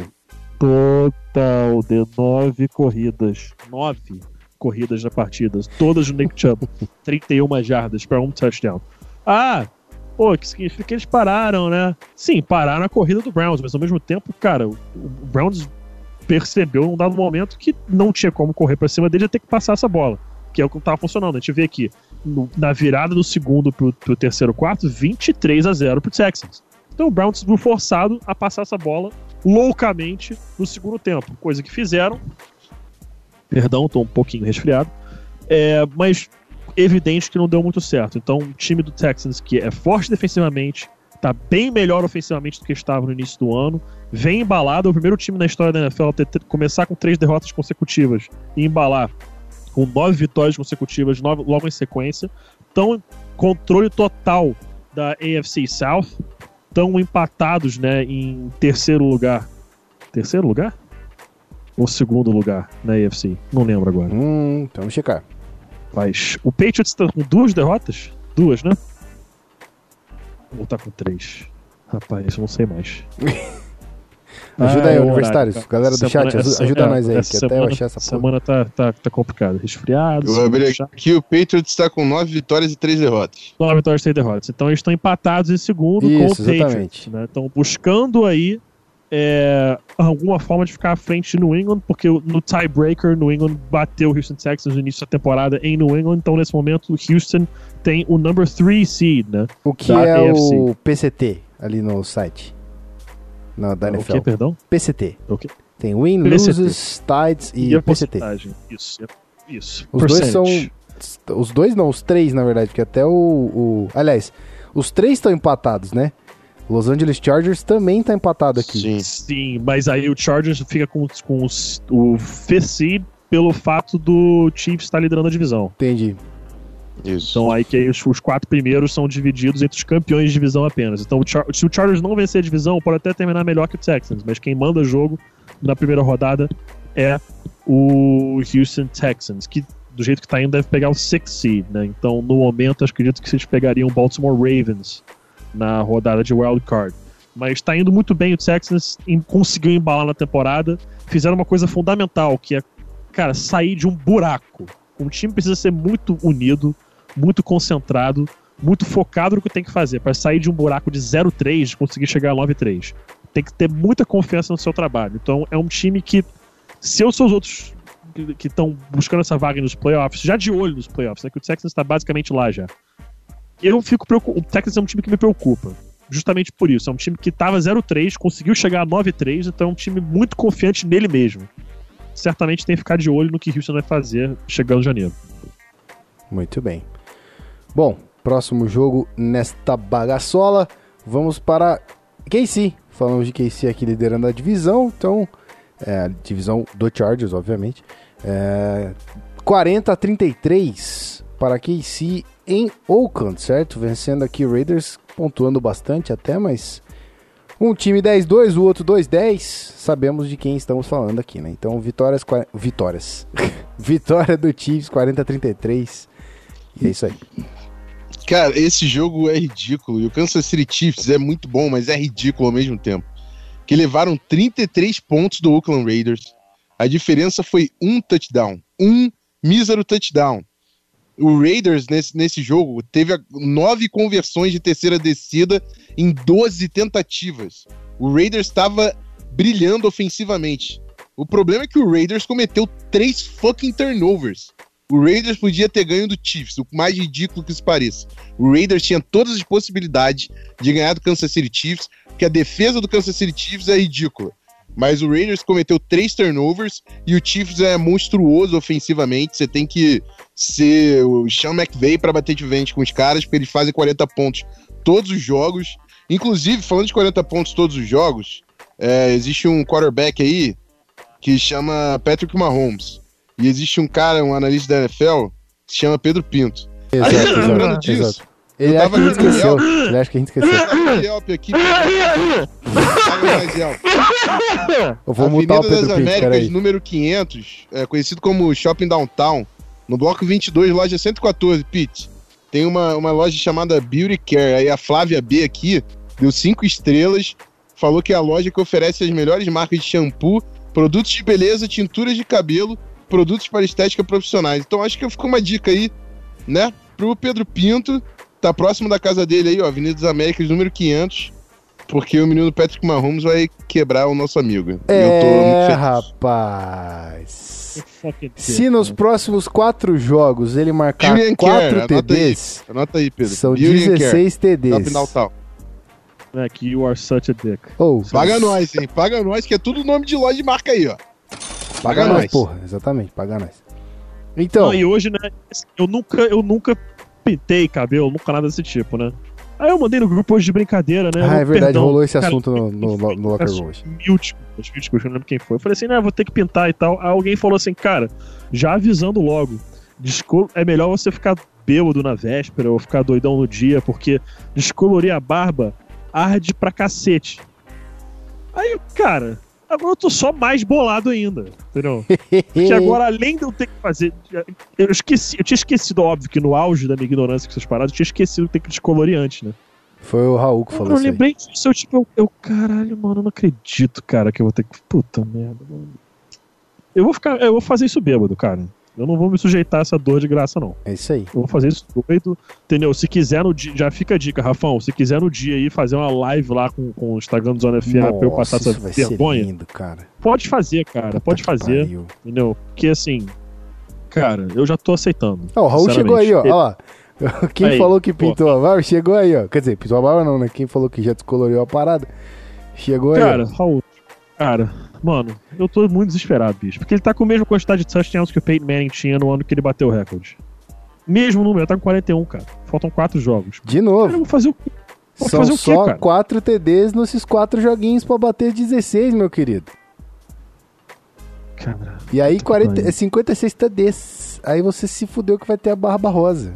total de nove corridas, nove corridas na partida, todas do Nick Chubb, trinta e uma jardas para um touchdown. Ah, pô, que significa que eles pararam, né? Sim, pararam a corrida do Browns, mas ao mesmo tempo, cara, o, o Browns percebeu num dado momento que não tinha como correr para cima dele, ia ter que passar essa bola, que é o que não estava funcionando. A gente vê aqui, no, na virada do segundo pro, pro terceiro quarto, vinte e três a zero pro Texans. Então o Browns foi forçado a passar essa bola loucamente no segundo tempo, coisa que fizeram. Perdão, tô um pouquinho resfriado. É, mas evidente que não deu muito certo. Então o time do Texans, que é forte defensivamente, tá bem melhor ofensivamente do que estava no início do ano, vem embalado, é o primeiro time na história da N F L a ter, ter, começar com três derrotas consecutivas e embalar com nove vitórias consecutivas nove, logo em sequência. Então, controle total da A F C South, estão empatados, né, em terceiro lugar. Terceiro lugar? Ou segundo lugar na A F C? Não lembro agora. Hum, então vamos checar. Mas o Patriots tá com duas derrotas? Duas, né? Ou tá com três? Rapaz, eu não sei mais. Ajuda ah, aí, é universitários. horário, galera do semana, chat, ajuda, essa, ajuda é, nós aí, que semana, até eu achar essa porra. semana tá, tá, tá complicada. Resfriado. Eu vou abrir aqui, o Patriots está com nove vitórias e três derrotas. Nove vitórias e três derrotas. Então eles estão empatados em segundo Isso, com o exatamente. Patriots. Né? Estão buscando aí é, alguma forma de ficar à frente de New England, porque no tiebreaker, New England bateu o Houston Texans no início da temporada em New England. Então nesse momento o Houston tem o number three seed, né? O que da é A F C. o P C T ali no site? Não, da O N F L. que, perdão? P C T. O que? Tem win, P C T. loses, tides e, E a P C T. porcentagem. Isso, é- isso. Os dois são... Percentage. Os dois não, os três na verdade, porque até o... o... Aliás, os três estão empatados, né? Los Angeles Chargers também tá empatado aqui. Sim. Sim, mas aí o Chargers fica com, com os, o fifth seed pelo fato do Chiefs estar liderando a divisão. Entendi. Isso. Então aí que aí os, os quatro primeiros são divididos entre os campeões de divisão apenas. Então o Char- se o Chargers não vencer a divisão, pode até terminar melhor que o Texans, mas quem manda o jogo na primeira rodada é o Houston Texans, que do jeito que tá indo deve pegar o sixth seed, né? Então no momento acho que acredito que vocês pegariam o Baltimore Ravens na rodada de wild card. Mas tá indo muito bem o Texans, em, conseguiu embalar na temporada, fizeram uma coisa fundamental, que é, cara, sair de um buraco. Um time precisa ser muito unido, muito concentrado, muito focado no que tem que fazer para sair de um buraco de zero três e conseguir chegar a nove três. Tem que ter muita confiança no seu trabalho. Então é um time que, se eu sou os outros que estão buscando essa vaga nos playoffs, já de olho nos playoffs, né, que o Texans está basicamente lá já, eu fico preocupado. O Texans é um time que me preocupa, justamente por isso. É um time que estava zero três, conseguiu chegar a nove três, então é um time muito confiante nele mesmo. Certamente tem que ficar de olho no que Houston vai fazer chegando em janeiro. Muito bem. Bom, próximo jogo nesta bagaçola, vamos para K C. Falamos de K C aqui liderando a divisão, então, é, a divisão do Chargers, obviamente. É, quarenta a trinta e três para K C em Oakland, certo? Vencendo aqui o Raiders, pontuando bastante até, mas um time dez a dois, o outro dois a dez, sabemos de quem estamos falando aqui, né? Então, vitórias... Vitórias. Vitória do Chiefs, quarenta a trinta e três. E é isso aí. Cara, esse jogo é ridículo. E o Kansas City Chiefs é muito bom, mas é ridículo ao mesmo tempo. Que levaram trinta e três pontos do Oakland Raiders. A diferença foi um touchdown. Um mísero touchdown. O Raiders, nesse, nesse jogo, teve nove conversões de terceira descida em doze tentativas. O Raiders estava brilhando ofensivamente. O problema é que o Raiders cometeu três fucking turnovers. o Raiders podia ter ganho do Chiefs, o mais ridículo que isso pareça. O Raiders tinha todas as possibilidades de ganhar do Kansas City Chiefs, porque a defesa do Kansas City Chiefs é ridícula. Mas o Raiders cometeu três turnovers e o Chiefs é monstruoso ofensivamente. Você tem que ser o Sean McVay para bater de frente com os caras, porque eles fazem quarenta pontos todos os jogos. Inclusive, falando de quarenta pontos todos os jogos, é, existe um quarterback aí que chama Patrick Mahomes. E existe um cara, um analista da N F L, que se chama Pedro Pinto. Exato, Aí, exato, lembrando disso, exato. Ele acha que a gente esqueceu. Ele acha que a gente esqueceu. Yelp aqui. Paga mais Yelp. Eu vou mutar o Avenida Pedro das Pinto, Américas, peraí. número quinhentos, é conhecido como Shopping Downtown, no bloco vinte e dois, loja cento e quatorze, Pete. Tem uma, uma loja chamada Beauty Care. Aí a Flávia B aqui deu cinco estrelas, falou que é a loja que oferece as melhores marcas de shampoo, produtos de beleza, tinturas de cabelo, produtos para estética profissionais. Então acho que ficou uma dica aí, né, pro Pedro Pinto. Tá próximo da casa dele aí, ó, Avenida das Américas, número quinhentos, porque o menino Patrick Mahomes vai quebrar o nosso amigo. É, e eu tô muito feliz. rapaz. Fucking Se nos dick, próximos quatro jogos ele marcar Beauty and quatro Care, T anota aí. Ds, Anota aí, Pedro. são Beauty and Care, dezesseis T Ds. Shopping Downtown. man. Mac, you are such a dick. Ou, Paga nós, hein? Paga nós, que é tudo nome de loja de marca aí, ó. paga Paga nós, nós. porra. Exatamente, paga nós. Então, Não, e hoje, né, eu nunca, eu nunca pintei cabelo, nunca nada desse tipo, né? Aí eu mandei no grupo hoje de brincadeira, né? ah, é Eu, verdade, perdão, rolou esse cara, assunto no, no, no, no Locker Room. hoje. Mil desculpas, mil desculpas, eu não lembro quem foi. Eu falei assim, né, vou ter que pintar e tal. Aí alguém falou assim, cara, já avisando logo, descol... é melhor você ficar bêbado na véspera ou ficar doidão no dia, porque descolorir a barba arde pra cacete. Aí, cara, agora eu tô só mais bolado ainda, entendeu? Porque agora, além de eu ter que fazer. Eu esqueci, eu tinha esquecido, óbvio, que no auge da minha ignorância com essas paradas, eu tinha esquecido de ter que descolorir antes, né? Foi o Raul que Eu falou não isso aí. lembrei disso, eu tipo, eu, eu, caralho, mano, eu não acredito, cara, que eu vou ter que. Puta merda, mano. Eu vou ficar. Eu vou fazer isso bêbado, cara. Eu não vou me sujeitar a essa dor de graça, não. É isso aí. Eu vou fazer isso doido, entendeu? Se quiser no dia, já fica a dica, Rafão, se quiser no dia aí fazer uma live lá com, com o Instagram do Zona F A pra eu passar Nossa, essa isso vai vergonha, ser lindo, cara. pode fazer, cara, pode Puta que fazer, pariu. entendeu? Porque assim, cara, eu já tô aceitando. Ó, o Raul chegou aí, ó. sinceramente. ó lá. Quem Aí, falou que pô. pintou a barba, chegou aí, ó. Quer dizer, pintou a barba não, né? Quem falou que já descoloriu a parada, chegou aí. Cara, ó. Raul, cara, mano, eu tô muito desesperado, bicho. Porque ele tá com a mesma quantidade de touchdowns que o Peyton Manning tinha no ano que ele bateu o recorde. Mesmo número, ele tá com quarenta e um, cara. Faltam quatro jogos. De Cara, eu novo, vou fazer o quê? Vou são fazer o quê, só cara? quatro T Ds nesses quatro joguinhos pra bater dezesseis, meu querido. Cara, E aí quarenta, pariu. é cinquenta e seis T Ds. Aí você se fudeu que vai ter a barba rosa.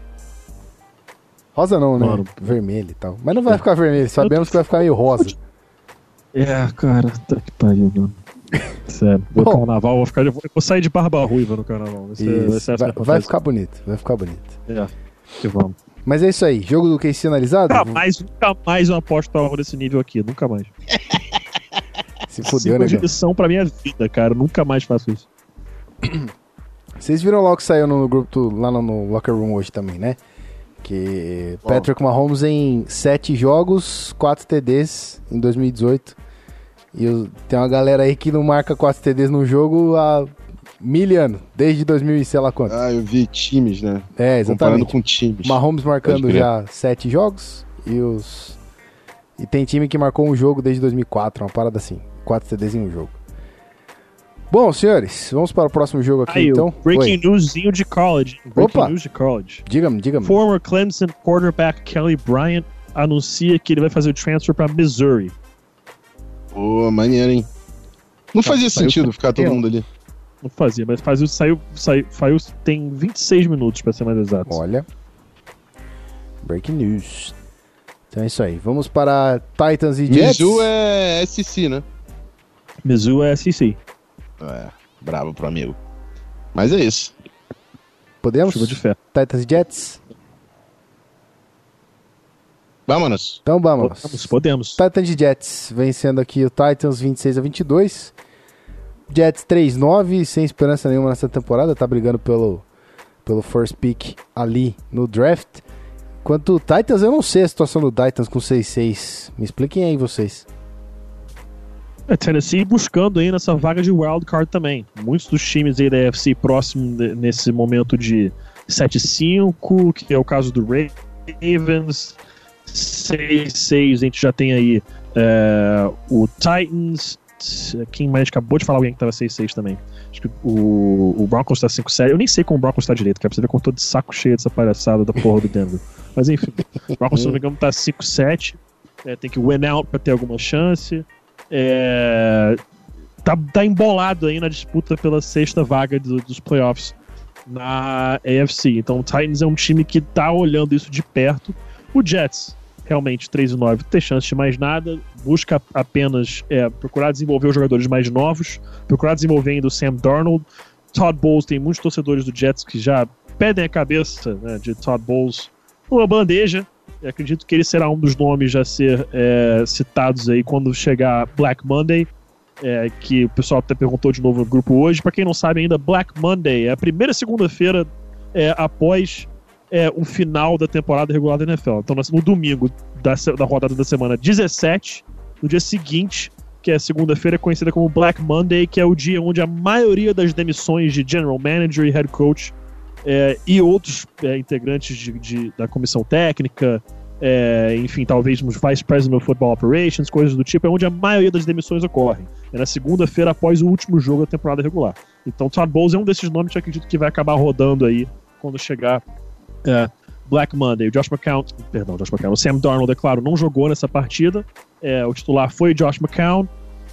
Rosa não, né? Mano. Vermelho e tal. Mas não vai ficar vermelho, sabemos que vai ficar meio rosa. é, cara, tá que pariu, mano. Sério, no Bom. carnaval eu vou ficar. Eu vou, eu vou sair de barba ruiva no carnaval. Vai ser, vai Isso, ser essa vai, minha vai fantasia. ficar bonito, vai ficar bonito. É, que vamos. Mas é isso aí, jogo do K C analisado? Nunca mais, nunca mais eu aposto algo desse nível aqui, nunca mais. Se fudeu, Siga né, de cara? lição pra minha vida, cara. Nunca mais faço isso. Vocês viram lá o que saiu no grupo, do- lá no, no Locker Room hoje também, né? Que Patrick Mahomes em sete jogos, quatro T Ds em dois mil e dezoito. E o- tem uma galera aí que não marca quatro T Ds no jogo há mil anos, desde dois mil e sei lá quanto. Ah, eu vi times, né? É, Comparando exatamente. com times. Mahomes marcando Pode crer. já sete jogos e os... E tem time que marcou um jogo desde dois mil e quatro, uma parada assim. quatro T Ds em um jogo. Bom, senhores, vamos para o próximo jogo aqui, Aí, então. o breaking Oi. newszinho de college. Breaking Opa. news de college. Diga-me, diga-me. Former Clemson quarterback Kelly Bryant anuncia que ele vai fazer o transfer pra Missouri. Pô, maneiro, hein? Não fazia Saiu sentido ficar todo campeão. mundo ali. Não fazia, mas fazia, saiu, saiu, saiu, tem vinte e seis minutos pra ser mais exato. Olha. Breaking news. Então é isso aí. Vamos para Titans e Jets. Mizzou é S C, né? Mizzou é S E C. É, bravo pro amigo. Mas é isso. Podemos? Chuva de fé. Titans e Jets? Vámonos. Então vamos. Podemos, podemos. Titans e Jets. Vencendo aqui o Titans vinte e seis a vinte e dois. Jets três nove, sem esperança nenhuma nessa temporada. Tá brigando pelo, pelo first pick ali no draft. Quanto o Titans, eu não sei a situação do Titans com seis seis. Me expliquem aí vocês. É, Tennessee buscando aí nessa vaga de wildcard também. Muitos dos times aí da A F C próximo de, nesse momento de sete cinco, que é o caso do Ravens. seis seis, a gente já tem aí é, o Titans. Quem mais acabou de falar alguém que tava seis seis também? Acho que o, o Broncos tá cinco sete. Eu nem sei como o Broncos tá direito, cara. Pra você ver como eu tô de saco cheio dessa palhaçada da porra do Denver. Mas enfim, o Broncos, se não me engano, tá cinco sete. É, tem que win out pra ter alguma chance. É, tá, tá embolado aí na disputa pela sexta vaga do, dos playoffs na A F C. Então o Titans é um time que tá olhando isso de perto. O Jets, realmente, três e nove, não tem chance de mais nada. Busca apenas é, procurar desenvolver os jogadores mais novos, procurar desenvolver ainda o Sam Darnold. Todd Bowles, tem muitos torcedores do Jets que já pedem a cabeça, né, de Todd Bowles numa bandeja. Eu acredito que ele será um dos nomes a ser é, citados aí quando chegar Black Monday, é, que o pessoal até perguntou de novo no grupo hoje. Para quem não sabe ainda, Black Monday é a primeira segunda-feira é, após é, o final da temporada regular da N F L. Então, no domingo da, da rodada da semana dezessete, no dia seguinte, que é segunda-feira, é conhecida como Black Monday, que é o dia onde a maioria das demissões de General Manager e Head Coach É, e outros é, integrantes de, de, da comissão técnica, é, enfim, talvez os Vice President of Football Operations, coisas do tipo, é onde a maioria das demissões ocorrem. É na segunda-feira após o último jogo da temporada regular. Então, Todd Bowles é um desses nomes que eu acredito que vai acabar rodando aí quando chegar é, Black Monday. O Josh McCown, perdão, Josh McCown, o Sam Darnold, é claro, não jogou nessa partida. É, o titular foi Josh McCown.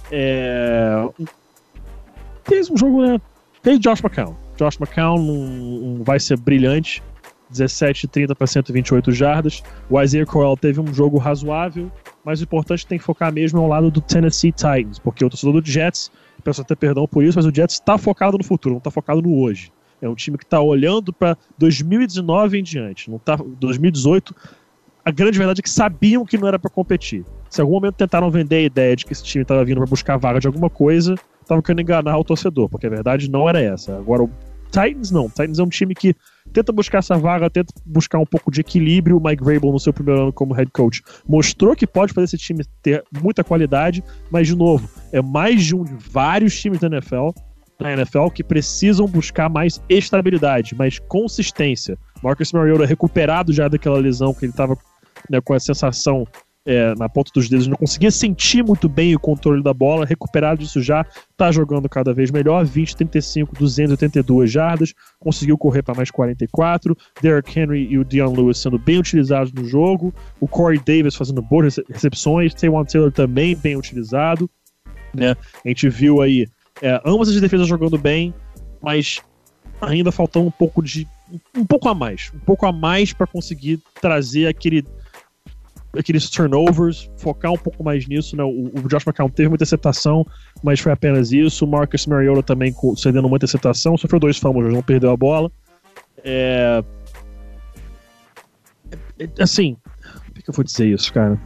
É, fez um jogo, né? Fez Josh McCown. Josh McCown um, um, vai ser brilhante, dezessete, trinta para cento e vinte e oito jardas. O Isaiah Crowell teve um jogo razoável, mas o importante tem que focar mesmo ao lado do Tennessee Titans, porque o torcedor do Jets, peço até perdão por isso, mas o Jets está focado no futuro, não está focado no hoje. É um time que está olhando para dois mil e dezenove em diante, não tá, dois mil e dezoito. A grande verdade é que sabiam que não era para competir. Se em algum momento tentaram vender a ideia de que esse time estava vindo para buscar vaga de alguma coisa, estavam querendo enganar o torcedor, porque a verdade não era essa. Agora o Titans não. O Titans é um time que tenta buscar essa vaga, tenta buscar um pouco de equilíbrio. O Mike Vrabel, no seu primeiro ano como head coach, mostrou que pode fazer esse time ter muita qualidade, mas, de novo, é mais de um de vários times da N F L, na N F L que precisam buscar mais estabilidade, mais consistência. Marcus Mariota recuperado já daquela lesão que ele estava, né, com a sensação É, na ponta dos dedos, não conseguia sentir muito bem o controle da bola, recuperado disso já, tá jogando cada vez melhor, vinte, trinta e cinco, duzentas e oitenta e duas jardas, conseguiu correr para mais quarenta e quatro, Derrick Henry e o Dion Lewis sendo bem utilizados no jogo, o Corey Davis fazendo boas recepções, Taywan Taylor também bem utilizado, né? A gente viu aí é, ambas as defesas jogando bem, mas ainda faltou um pouco de um pouco a mais, um pouco a mais para conseguir trazer aquele aqueles turnovers, focar um pouco mais nisso, né? O, o Josh McCown teve muita interceptação, mas foi apenas isso. O Marcus Mariota também cedendo muita interceptação, sofreu dois fumbles, não perdeu a bola. É... é assim, como é que eu vou dizer isso, cara?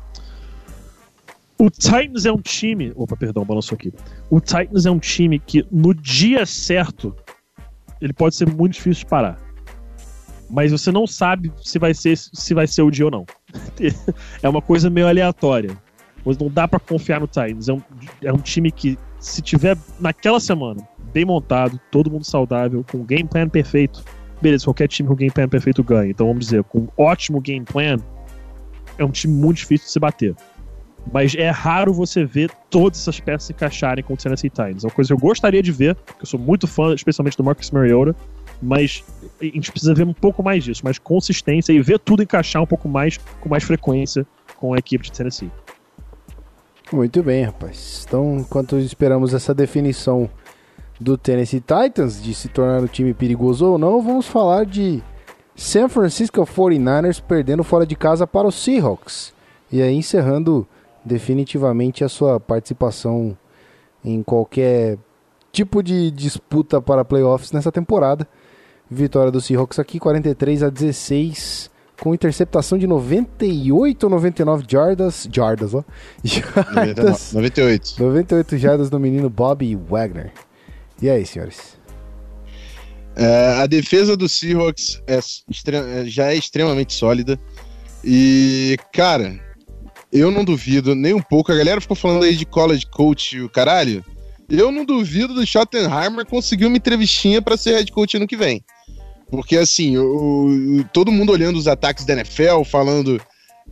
O Titans é um time... Opa, perdão, balançou aqui. O Titans é um time que, no dia certo, ele pode ser muito difícil de parar. Mas você não sabe se vai ser, se vai ser o dia ou não. É uma coisa meio aleatória. Mas não dá pra confiar no Titans. É um, é um time que, se tiver naquela semana bem montado, todo mundo saudável, com um game plan perfeito, beleza, qualquer time com game plan perfeito ganha. Então vamos dizer, com um ótimo game plan, é um time muito difícil de se bater. Mas é raro você ver todas essas peças se encaixarem com o Tennessee Titans. É uma coisa que eu gostaria de ver, porque eu sou muito fã, especialmente do Marcus Mariota, mas a gente precisa ver um pouco mais disso, mais consistência e ver tudo encaixar um pouco mais, com mais frequência com a equipe de Tennessee. Muito bem, rapaz. Então, enquanto esperamos essa definição do Tennessee Titans, de se tornar um time perigoso ou não, vamos falar de San Francisco forty-niners perdendo fora de casa para os Seahawks. E aí encerrando definitivamente a sua participação em qualquer tipo de disputa para playoffs nessa temporada. Vitória do Seahawks aqui, quarenta e três a dezesseis, com interceptação de noventa e oito ou noventa e nove jardas, jardas, ó, jardas, noventa e oito. noventa e oito jardas do menino Bobby Wagner. E aí, senhores? É, a defesa do Seahawks é extre- já é extremamente sólida e, cara, Eu não duvido nem um pouco. A galera ficou falando aí de college coach e o caralho. Eu não duvido do Schottenheimer conseguir uma entrevistinha pra ser head coach ano que vem. Porque, assim, o, o, todo mundo olhando os ataques da N F L, falando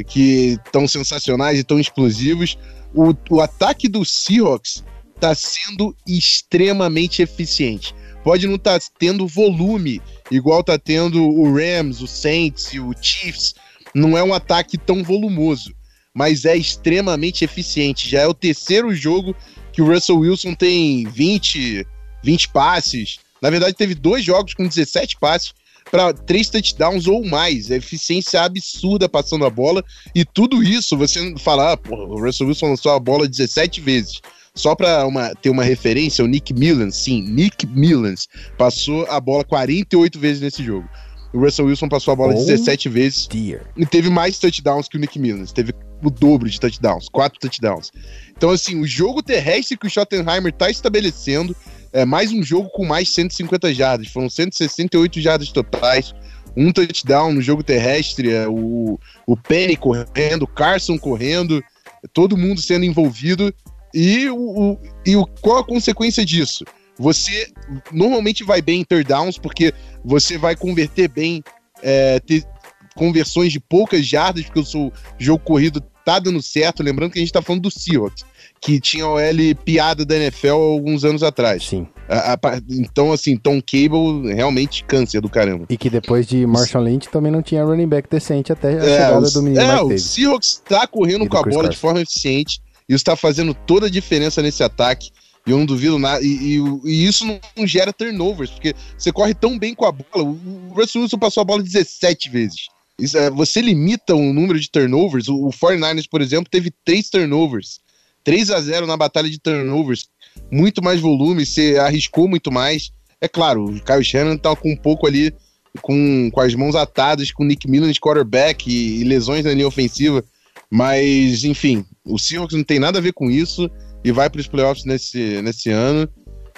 que estão sensacionais e tão explosivos. O, o ataque do Seahawks tá sendo extremamente eficiente. Pode não estar tá tendo volume, igual tá tendo o Rams, o Saints e o Chiefs. Não é um ataque tão volumoso, mas é extremamente eficiente. Já é o terceiro jogo que o Russell Wilson tem vinte, vinte passes. Na verdade, teve dois jogos com dezessete passes para três touchdowns ou mais. É eficiência absurda passando a bola. E tudo isso, você fala, ah, porra, o Russell Wilson lançou a bola dezessete vezes. Só para uma, ter uma referência, o Nick Mullens, sim, Nick Mullens passou a bola quarenta e oito vezes nesse jogo. O Russell Wilson passou a bola oh, dezessete vezes dear. E teve mais touchdowns que o Nick Mullens. Teve o dobro de touchdowns, quatro touchdowns. Então, assim, o jogo terrestre que o Schottenheimer está estabelecendo é mais um jogo com mais cento e cinquenta jardas. Foram cento e sessenta e oito jardas totais, um touchdown no jogo terrestre, é, o, o Penny correndo, o Carson correndo, todo mundo sendo envolvido. E, o, o, e o, qual a consequência disso? Você normalmente vai bem em third downs, porque você vai converter bem, é, ter conversões de poucas jardas, porque o seu jogo corrido tá dando certo. Lembrando que a gente tá falando do Seahawks, que tinha o L piada da N F L alguns anos atrás. Sim. A, a, então, assim, Tom Cable realmente câncer do caramba. E que depois de Marshall Lynch também não tinha running back decente até a é, chegada o, do menino É, Mike o Davis. Seahawks tá correndo com a bola Carson. de forma eficiente. Isso tá fazendo toda a diferença nesse ataque. E eu não duvido nada. E, e, e isso não, não gera turnovers, porque você corre tão bem com a bola. O Russell Wilson passou a bola dezessete vezes. Isso, é, você limita o número de turnovers. O, o quarenta e nine ers, por exemplo, teve três turnovers. três a zero na batalha de turnovers. Muito mais volume, você arriscou muito mais. É claro, o Kyle Shanahan tá com um pouco ali, com, com as mãos atadas, com o Nick Mullens de quarterback e, e lesões na linha ofensiva. Mas, enfim, o Seahawks não tem nada a ver com isso e vai para os playoffs nesse, nesse ano.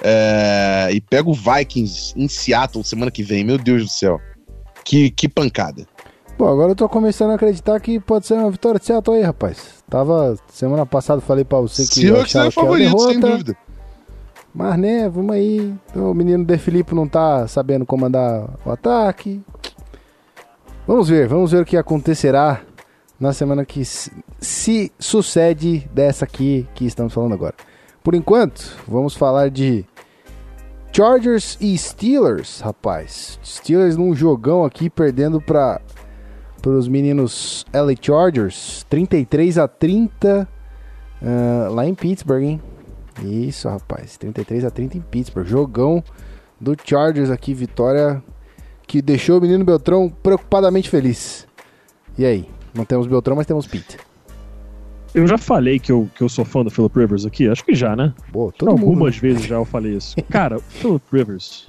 É, e pega o Vikings em Seattle semana que vem. Meu Deus do céu. Que, que pancada. Pô, agora eu tô começando a acreditar que pode ser uma vitória de Seattle aí, rapaz. Tava, semana passada falei pra você que Seahawks é favorito, derrota, sem dúvida. Mas, né, vamos aí. O menino De Filippo não tá sabendo comandar o ataque. Vamos ver, vamos ver o que acontecerá na semana que se sucede dessa aqui que estamos falando agora. Por enquanto, vamos falar de Chargers e Steelers, rapaz. Steelers num jogão aqui, perdendo para os meninos L A Chargers, trinta e três a trinta, uh, lá em Pittsburgh, hein? Isso, rapaz, trinta e três a trinta em Pittsburgh. Jogão do Chargers aqui, vitória que deixou o menino Beltrão preocupadamente feliz. E aí? Não temos Beltrão, mas temos Pete. Eu já falei que eu, que eu sou fã do Philip Rivers aqui? Acho que já, né? Boa, todo Algumas mundo. vezes já eu falei isso. Cara, o Philip Rivers,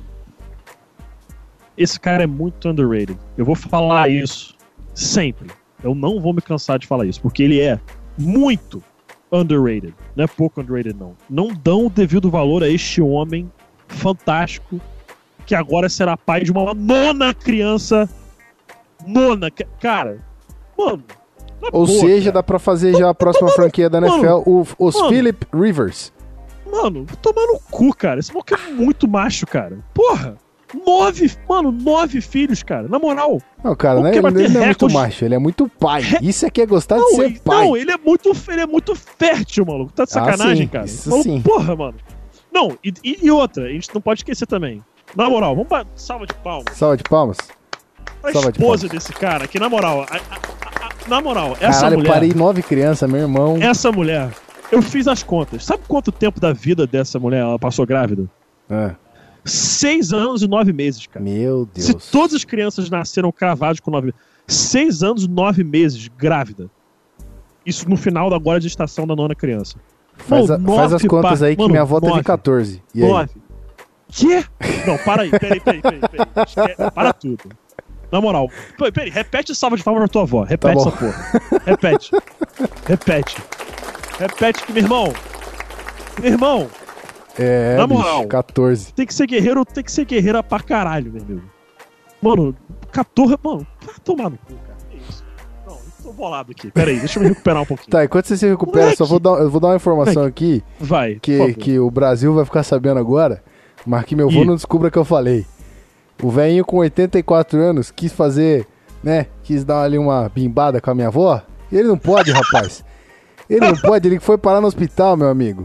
esse cara é muito underrated. Eu vou falar isso sempre. Eu não vou me cansar de falar isso, porque ele é muito underrated. Não é pouco underrated, não. Não dão o devido valor a este homem fantástico que agora será pai de uma nona criança. Nona. Cara, mano. Ou boa, seja, cara. Dá pra fazer já a próxima mano, franquia da N F L, mano, o, os mano, Philip Rivers. Mano, vou tomar no cu, cara. Esse moleque é muito macho, cara. Porra! Nove, mano, nove filhos, cara. Na moral. Não, cara, né? ele, ele não é muito macho, ele é muito pai. Isso é que é gostar não, de ser ele, pai. Não, ele é muito, ele é muito fértil, maluco. Tá de sacanagem, ah, sim, cara. Isso maluco, sim. Porra, mano. Não, e, e outra, a gente não pode esquecer também. Na moral, vamos pra salva de palmas. Salva de palmas? A salva esposa de desse cara, que na moral, a, a, a, na moral, essa Caralho, mulher... eu parei nove crianças, meu irmão. Essa mulher, eu fiz as contas. Sabe quanto tempo da vida dessa mulher ela passou grávida? É. Seis anos e nove meses, cara. Meu Deus. Se todas as crianças nasceram cravadas com nove meses. Seis anos e nove meses grávida. Isso no final da agora de gestação da nona criança. Faz, Pô, a, faz as contas pa... aí que Mano, minha avó nove, teve catorze. E nove. Quê? Não, para aí. Peraí, peraí, peraí. peraí. Esque... Para tudo. Na moral. Peraí, peraí, repete a salva de palmas pra tua avó. Repete tá essa porra. Repete. Repete. Repete que, meu irmão. Meu irmão. É, na moral, bicho, catorze. Tem que ser guerreiro, tem que ser guerreira pra caralho, meu amigo. Mano, catorze, mano, vai tomar no cu, cara. É isso. Não, Tô bolado aqui. Pera aí, deixa eu me recuperar um pouquinho. Tá, enquanto você se recupera, Moleque. só vou dar, eu vou dar uma informação aqui Vai, por que, favor. que o Brasil vai ficar sabendo agora, mas que meu avô Ih. não descubra que eu falei. O velhinho com oitenta e quatro anos quis fazer, né, quis dar ali uma bimbada com a minha avó. E ele não pode, rapaz. Ele não pode, ele foi parar no hospital, meu amigo.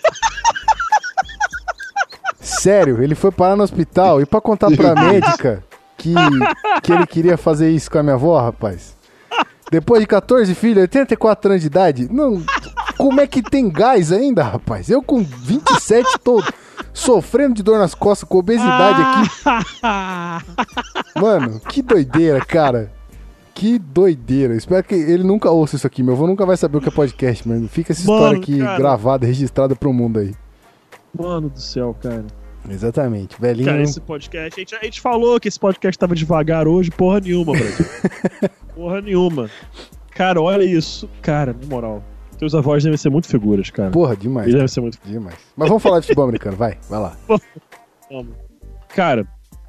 Sério, ele foi parar no hospital e pra contar pra médica que, que ele queria fazer isso com a minha avó, rapaz. Depois de catorze filhos, oitenta e quatro anos de idade, não, como é que tem gás ainda, rapaz? Eu com vinte e sete tô sofrendo de dor nas costas, com obesidade aqui. Mano, que doideira, cara. Que doideira. Espero que ele nunca ouça isso aqui. Meu avô nunca vai saber o que é podcast, mano. Fica essa Mano, história aqui cara. gravada, registrada pro mundo aí. Mano do céu, cara. Exatamente, velhinho. Cara, esse podcast, a gente, a gente falou que esse podcast tava devagar hoje, porra nenhuma, Brasil. Porra nenhuma. Cara, olha isso. Cara, na moral. Teus avós devem ser muito figuras, cara. Porra, demais. Eles Cara. devem ser muito Demais. Mas vamos falar de futebol americano, vai, vai lá. figuras. Cara.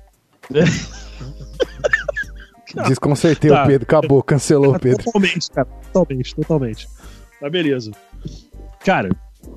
Desconcertei Tá. o Pedro, acabou, cancelou o Pedro. Totalmente, cara. Totalmente, totalmente. Tá, beleza. Cara,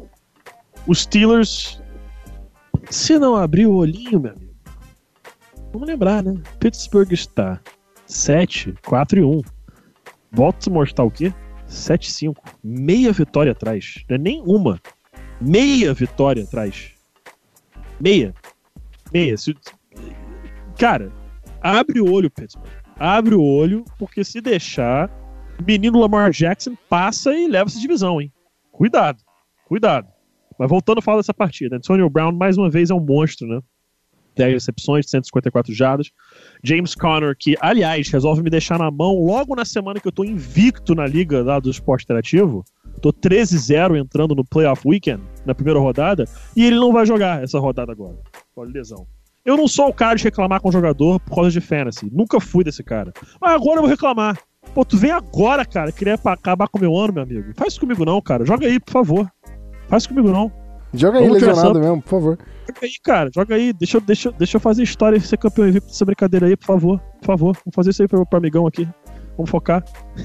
os Steelers, se não abrir o olhinho, meu amigo, vamos lembrar, né? Pittsburgh está sete, quatro e um. Baltimore está o quê? sete e cinco. Meia vitória atrás. Não é nem uma. Meia vitória atrás. Meia. Meia. Se- Cara, abre o olho, Pittsburgh. Abre o olho, porque se deixar, o menino Lamar Jackson passa e leva essa divisão, hein? Cuidado, cuidado. Mas voltando a falar dessa partida, Antonio Brown mais uma vez é um monstro, né? dez recepções, cento e cinquenta e quatro jardas. James Conner, que, aliás, resolve me deixar na mão logo na semana que eu tô invicto na liga lá do esporte interativo. Tô treze a zero entrando no Playoff Weekend, na primeira rodada, e ele não vai jogar essa rodada agora. Olha, lesão. Eu não sou o cara de reclamar com o jogador por causa de fantasy. Nunca fui desse cara. Mas agora eu vou reclamar. Pô, tu vem agora, cara, querer pa- acabar com o meu ano, meu amigo. Faz isso comigo não, cara. Joga aí, por favor. Faz isso comigo não. Joga aí Vamos tirar lesionado essa- mesmo, por favor. Joga aí, cara. Joga aí. Deixa, eu- deixa, eu- deixa eu fazer história e ser campeão invicto dessa brincadeira aí, por favor. Por favor. Vamos fazer isso aí pro, pro amigão aqui. Vamos focar.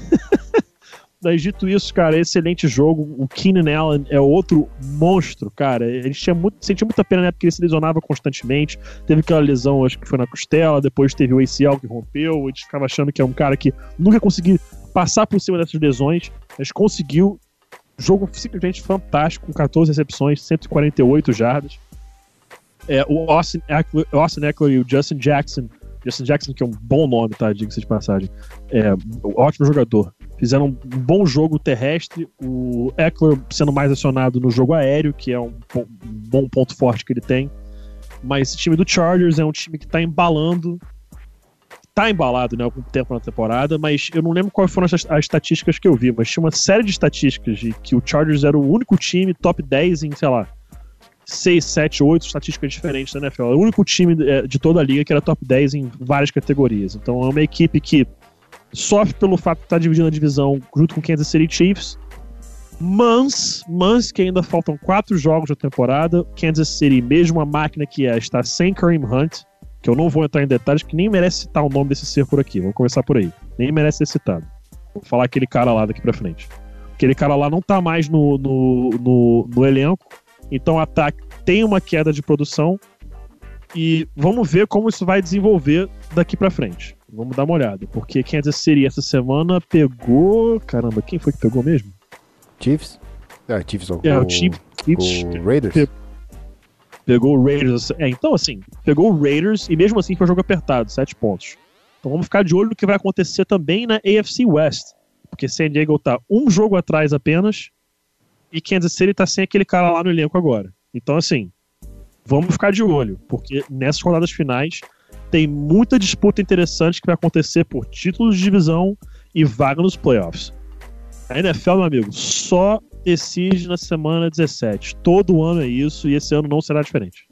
Daí, dito isso, cara, excelente jogo. O Keenan Allen é outro monstro, cara. A gente tinha muito, sentia muita pena, né? Porque ele se lesionava constantemente. Teve aquela lesão, acho que foi na costela. Depois teve o A C L que rompeu. A gente ficava achando que é um cara que nunca conseguiu passar por cima dessas lesões. Mas conseguiu. Jogo simplesmente fantástico, com catorze recepções, cento e quarenta e oito jardas. É, o Austin Eckler, Austin Eckler e o Justin Jackson. Justin Jackson, que é um bom nome, tá? Diga-se de passagem. É, um ótimo jogador. Fizeram um bom jogo terrestre. O Eckler sendo mais acionado no jogo aéreo, que é um, po- um bom ponto forte que ele tem. Mas esse time do Chargers é um time que tá embalando. Tá embalado, né? Algum tempo na temporada, mas eu não lembro quais foram as, as estatísticas que eu vi, mas tinha uma série de estatísticas de que o Chargers era o único time top dez em, sei lá, seis, sete, oito estatísticas diferentes da N F L. É o único time é, de toda a liga que era top dez em várias categorias. Então é uma equipe que sofre pelo fato de estar dividindo a divisão junto com o Kansas City Chiefs, mas, mas que ainda faltam quatro jogos da temporada. Kansas City, mesmo a máquina que é, está sem Kareem Hunt, que eu não vou entrar em detalhes, que nem merece citar o nome desse ser por aqui. Vamos começar por aí. Nem merece ser citado. Vou falar aquele cara lá daqui pra frente. Aquele cara lá não tá mais no, no, no, no elenco, então o ataque tem uma queda de produção e vamos ver como isso vai desenvolver daqui pra frente. Vamos dar uma olhada, porque Kansas City essa semana pegou... Caramba, quem foi que pegou mesmo? Chiefs? Ah, Chiefs ou É, o Chiefs. o Raiders? Pe- Pegou o Raiders. É, então, assim, pegou o Raiders e mesmo assim foi um jogo apertado, sete pontos. Então vamos ficar de olho no que vai acontecer também na A F C West. Porque San Diego tá um jogo atrás apenas e Kansas City tá sem aquele cara lá no elenco agora. Então, assim, vamos ficar de olho, porque nessas rodadas finais tem muita disputa interessante que vai acontecer por títulos de divisão e vaga nos playoffs. A N F L, meu amigo, só decide na semana dezessete. Todo ano é isso e esse ano não será diferente.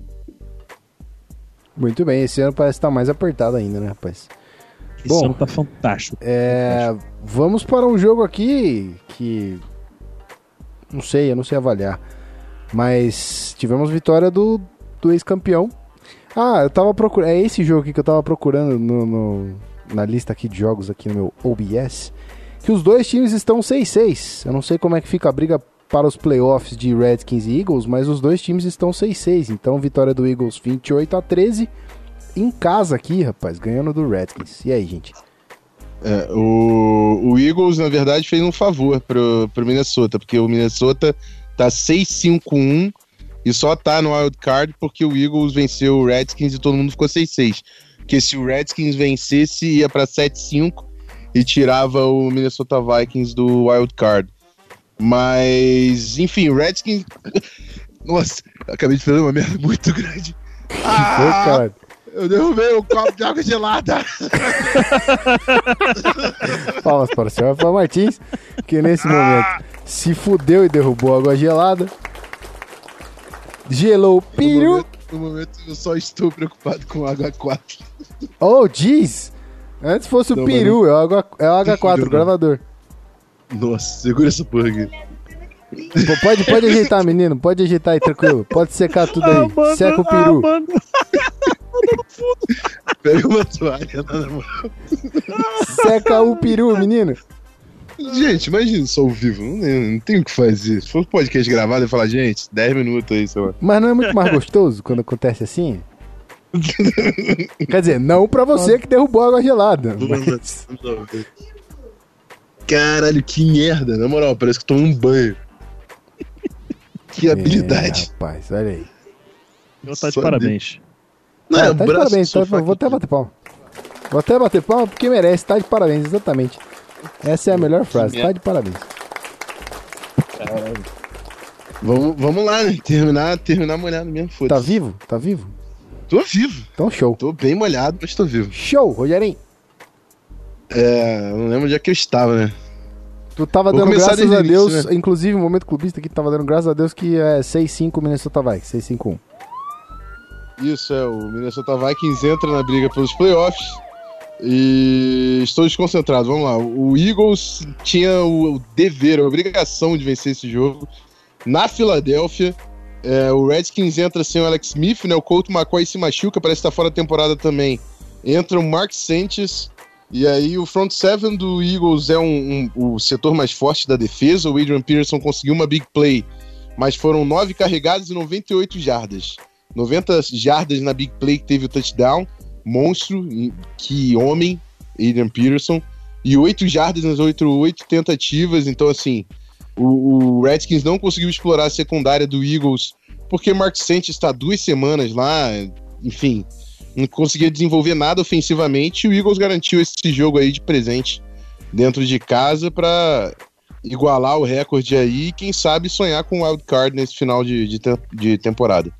Muito bem, esse ano parece estar mais apertado ainda, né, rapaz? Esse Bom, ano tá fantástico. É, vamos para um jogo aqui que não sei, eu não sei avaliar, mas tivemos vitória do, do ex-campeão. Ah, eu tava procurando, é esse jogo aqui que eu tava procurando no, no- na lista aqui de jogos aqui no meu O B S, que os dois times estão seis seis. Eu não sei como é que fica a briga para os playoffs de Redskins e Eagles, mas os dois times estão seis seis. Então, vitória do Eagles vinte e oito a treze em casa aqui, rapaz, ganhando do Redskins. E aí, gente? É, o, o Eagles, na verdade, fez um favor pro, pro Minnesota, porque o Minnesota tá seis cinco um e só tá no wild card porque o Eagles venceu o Redskins e todo mundo ficou seis seis. Porque se o Redskins vencesse, ia pra sete cinco e tirava o Minnesota Vikings do wild card. Mas, enfim, o Redskins... Nossa, acabei de fazer uma merda muito grande. Ah, cara. Eu derrubei um copo de água gelada. Palmas para o senhor Rafael Martins, que nesse momento se fudeu e derrubou água gelada. Gelou o peru. No momento, no momento eu só estou preocupado com o H quatro. Oh, jeez! Antes fosse Não, o peru, não. é o, H, é o H quatro, o Não. gravador. Nossa, segura essa porra aqui. Pô, Pode, pode ajeitar, menino, pode ajeitar aí, tranquilo. Pode secar tudo aí. mano, Seca o peru. Ah, mano. Pega uma toalha, na moral. Seca o peru, menino. Gente, imagina só ao vivo, não, não tem o que fazer. Se for um podcast gravado, eu falar, gente, dez minutos aí, sei lá. Mas não é muito mais gostoso quando acontece assim? Quer dizer, não pra você que derrubou água gelada. Mas... Caralho, que merda, na moral, parece que eu tomei um banho. Que habilidade. É, rapaz, olha aí. Eu tá de Só parabéns. Não, Ah, é o tá de braço parabéns, do tá, sofá vou até aqui. bater palma. Vou até bater palma porque merece, tá de parabéns, exatamente. Essa é a melhor frase, tá de parabéns. Vamos, vamos lá, né? Terminar, terminar molhado mesmo, Tá foda-se. vivo? Tá vivo? Tô vivo. Então show. Tô bem molhado, mas tô vivo. Show, Rogerinho. É, não lembro onde é que eu estava, né? Tu tava Vou dando começar graças desde a o início, Deus, né? inclusive o momento clubista aqui tava dando graças a Deus que é seis cinco Minnesota Vikings, seis cinco um. Isso, é, o Minnesota Vikings entra na briga pelos playoffs e estou desconcentrado, vamos lá. O Eagles tinha o dever, a obrigação de vencer esse jogo na Filadélfia. É, o Redskins entra sem o Alex Smith, né? O Colt McCoy se machuca, parece estar fora da temporada também. Entra o Mark Sanchez, e aí o front seven do Eagles é um, um, o setor mais forte da defesa. O Adrian Peterson conseguiu uma big play, mas foram nove carregadas e noventa e oito jardas. noventa jardas na big play que teve o touchdown, monstro, que homem, Adrian Peterson, e oito jardas nas oito, oito tentativas. Então, assim, o, o Redskins não conseguiu explorar a secundária do Eagles, porque Mark Sanchez está duas semanas lá, enfim, não conseguia desenvolver nada ofensivamente, e o Eagles garantiu esse jogo aí de presente dentro de casa para igualar o recorde aí e, quem sabe, sonhar com o wild card nesse final de, de, te- de temporada.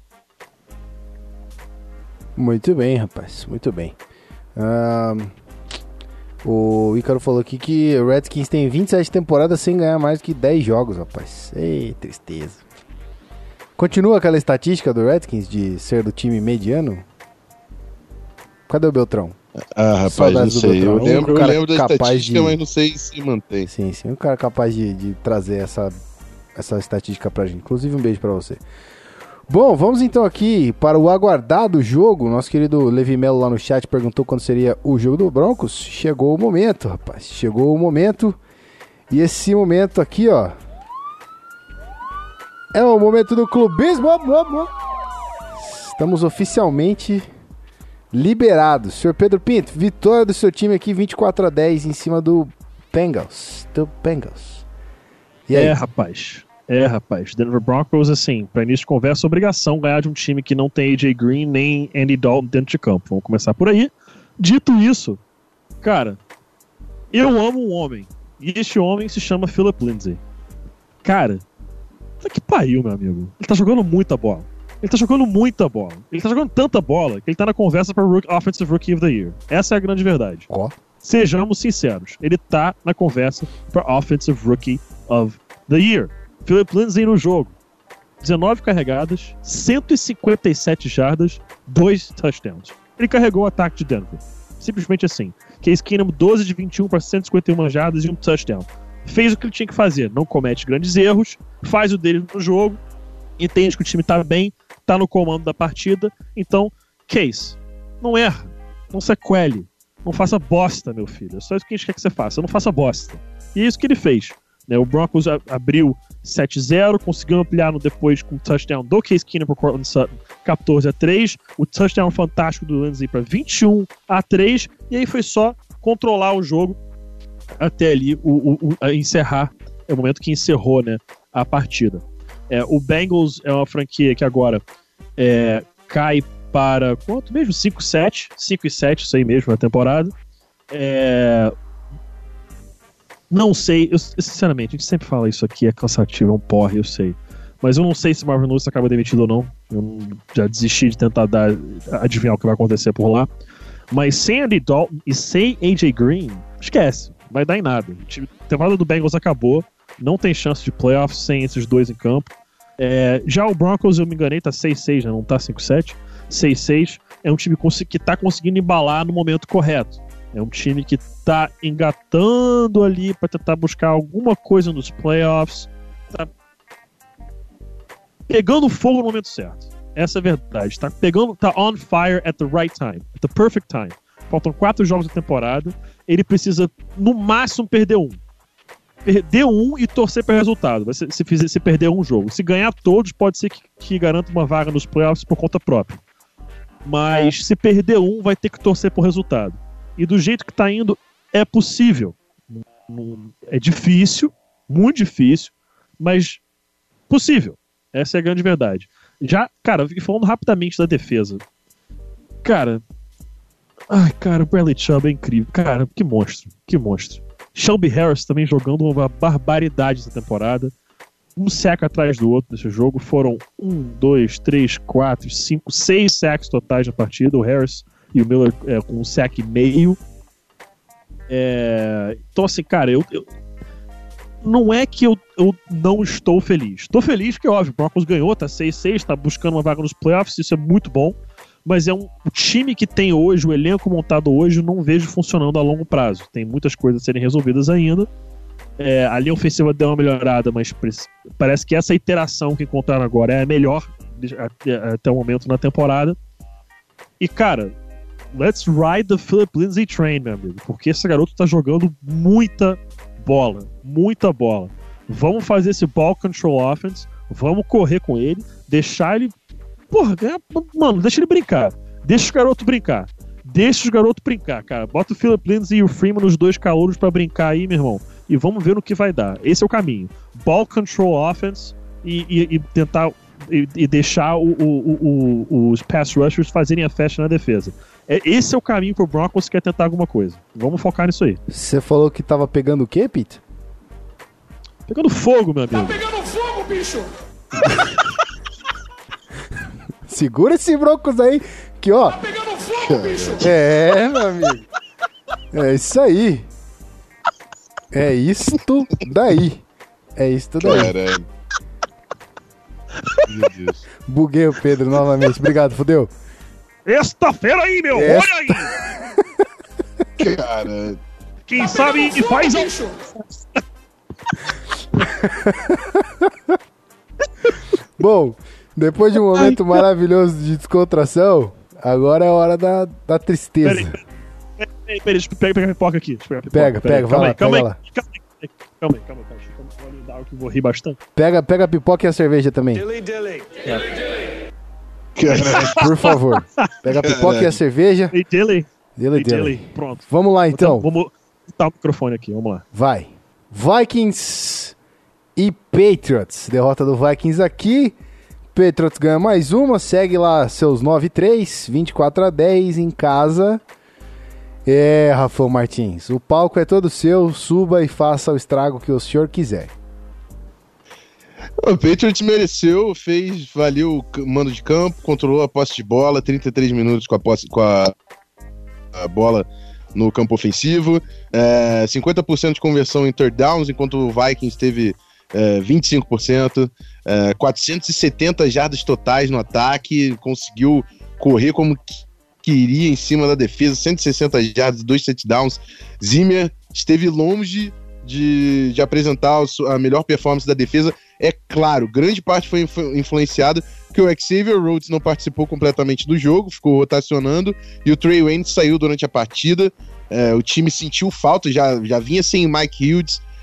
Muito bem, rapaz, muito bem. Ahn, o Ícaro falou aqui que o Redskins tem vinte e sete temporadas sem ganhar mais que dez jogos, rapaz. Ei, tristeza. Continua aquela estatística do Redskins de ser do time mediano? Cadê o Beltrão? Ah, rapaz, Saudades não do sei. Eu Beltrão. O lembro, eu cara lembro da capaz estatística, de- mas não sei se mantém. Sim, sim, um cara capaz de, de trazer essa, essa estatística pra gente. Inclusive, um beijo pra você. Bom, vamos então aqui para o aguardado jogo. Nosso querido Levi Melo lá no chat perguntou quando seria o jogo do Broncos. Chegou o momento, rapaz. Chegou o momento. E esse momento aqui, ó, é o momento do clubismo. Estamos oficialmente liberados. senhor Pedro Pinto, vitória do seu time aqui, vinte e quatro a dez em cima do Bengals. Do Bengals. E aí? É, rapaz. É, rapaz. Denver Broncos, assim, pra início de conversa, obrigação ganhar de um time que não tem A J Green nem Andy Dalton dentro de campo. Vamos começar por aí. Dito isso, cara, eu amo um homem. E este homem se chama Philip Lindsay. Cara, puta que pariu, meu amigo. Ele tá jogando muita bola. Ele tá jogando muita bola. Ele tá jogando tanta bola que ele tá na conversa pra Rook- Offensive Rookie of the Year. Essa é a grande verdade. Ó. Sejamos sinceros, ele tá na conversa para Offensive Rookie of the Year. Philip Lindsay no jogo, dezenove carregadas, cento e cinquenta e sete jardas, dois touchdowns. Ele carregou o ataque de Denver. Simplesmente assim. Case Keenum, doze de vinte e um para cento e cinquenta e uma jardas e um touchdown. Fez o que ele tinha que fazer, não comete grandes erros, faz o dele no jogo, entende que o time tá bem, tá no comando da partida. Então, Case, não erra, não sequele. Não faça bosta, meu filho. É só isso que a gente quer que você faça. Não faça bosta. E é isso que ele fez. Né? O Broncos a- abriu sete a zero, conseguiu ampliar no depois com o touchdown do Case Keenum para o Cortland Sutton, quatorze a três, o touchdown fantástico do Lindsay para vinte e um a três, e aí foi só controlar o jogo até ali o, o, o, a encerrar, é o momento que encerrou, né, a partida. É, o Bengals é uma franquia que agora é, cai para quanto mesmo? cinco a sete, cinco e sete, isso aí mesmo na temporada. É, não sei, eu, sinceramente, a gente sempre fala isso aqui, é cansativo, é um porre, eu sei. Mas eu não sei se Marvin Lewis acaba demitido ou não. Eu não, já desisti de tentar dar, adivinhar o que vai acontecer por lá. Mas sem Andy Dalton e sem A J Green, esquece, vai dar em nada. A temporada do Bengals acabou, não tem chance de playoffs sem esses dois em campo. É, já o Broncos, eu me enganei, tá seis a seis, né? Não tá cinco a sete. seis a seis é um time que tá conseguindo embalar no momento correto. É um time que tá engatando ali para tentar buscar alguma coisa nos playoffs. Tá pegando fogo no momento certo. Essa é a verdade. Tá pegando, tá on fire at the right time. At the perfect time. Faltam quatro jogos da temporada. Ele precisa, no máximo, perder um. Perder um e torcer para resultado. Se, se, fizer, se perder um jogo. Se ganhar todos, pode ser que, que garanta uma vaga nos playoffs por conta própria. Mas se perder um, vai ter que torcer por resultado. E do jeito que tá indo, é possível. É difícil, muito difícil, mas possível. Essa é a grande verdade. Já, cara, falando rapidamente da defesa. Cara, ai, cara, o Bradley Chubb é incrível. Cara, que monstro, que monstro. Shelby Harris também jogando uma barbaridade essa temporada. Um sack atrás do outro nesse jogo. Foram um, dois, três, quatro, cinco, seis sacks totais na partida. O Harris e o Miller é, com um sack e meio. É, então, assim, cara, eu, eu não é que eu, eu não estou feliz. Estou feliz porque, óbvio, o Broncos ganhou, tá seis a seis, tá buscando uma vaga nos playoffs, isso é muito bom. Mas é um o time que tem hoje, o elenco montado hoje, eu não vejo funcionando a longo prazo. Tem muitas coisas a serem resolvidas ainda. É, a linha ofensiva deu uma melhorada, mas parece que essa iteração que encontraram agora é a melhor até, até o momento na temporada. E, cara, let's ride the Philip Lindsay train, meu amigo, porque esse garoto tá jogando muita bola, muita bola. Vamos fazer esse ball control offense, vamos correr com ele, deixar ele, porra, mano, deixa ele brincar, deixa o garoto brincar, deixa o garoto brincar, cara, bota o Philip Lindsay e o Freeman nos dois calouros pra brincar aí, meu irmão, e vamos ver no que vai dar. Esse é o caminho, ball control offense e, e, e tentar e, e deixar o, o, o, os pass rushers fazerem a festa na defesa. Esse é o caminho pro Broncos que quer tentar alguma coisa. Vamos focar nisso aí. Você falou que tava pegando o quê, Pete? Pegando fogo, meu amigo. Tá pegando fogo, bicho! Segura esse Broncos aí, que ó... Tá pegando fogo, bicho! É, meu amigo. É isso aí. É isto daí. É isto daí. Caralho. Meu Deus. Buguei o Pedro novamente. Obrigado, fodeu. Esta-feira aí, meu, Esta... olha aí! Cara. Quem tá sabe e faz ao... bicho! Bom, depois de um momento Ai, maravilhoso de descontração, agora é a hora da, da tristeza. Peraí, peraí, peraí, pega, pega a pipoca aqui. Pega, pipoca, pega, pega, vai lá, calma pega aí, lá. Calma aí, calma aí, calma aí, calma aí. Vou dar que eu vou rir bastante. Pega, pega a pipoca e a cerveja também. Dilly, dilly. É. Por favor. Pega a pipoca e a cerveja. E dele. Dele, dele. Pronto. Vamos lá, então. Vamos botar o microfone aqui, vamos lá. Vai. Vikings e Patriots. Derrota do Vikings aqui. Patriots ganha mais uma, segue lá seus nove a três, vinte e quatro a dez em casa. É, Rafão Martins, o palco é todo seu, suba e faça o estrago que o senhor quiser. O Patriots mereceu, fez, valeu o mando de campo, controlou a posse de bola, trinta e três minutos com a, posse, com a, a bola no campo ofensivo, é, cinquenta por cento de conversão em third downs, enquanto o Vikings teve é, vinte e cinco por cento, é, quatrocentas e setenta jardas totais no ataque, conseguiu correr como queria em cima da defesa, cento e sessenta jardas, dois touchdowns. Zimmer esteve longe de, de apresentar a melhor performance da defesa. É claro, grande parte foi influ- influenciada porque o Xavier Rhodes não participou completamente do jogo, ficou rotacionando, e o Trey Wayne saiu durante a partida. É, o time sentiu falta, já, já vinha sem Mike Hughes,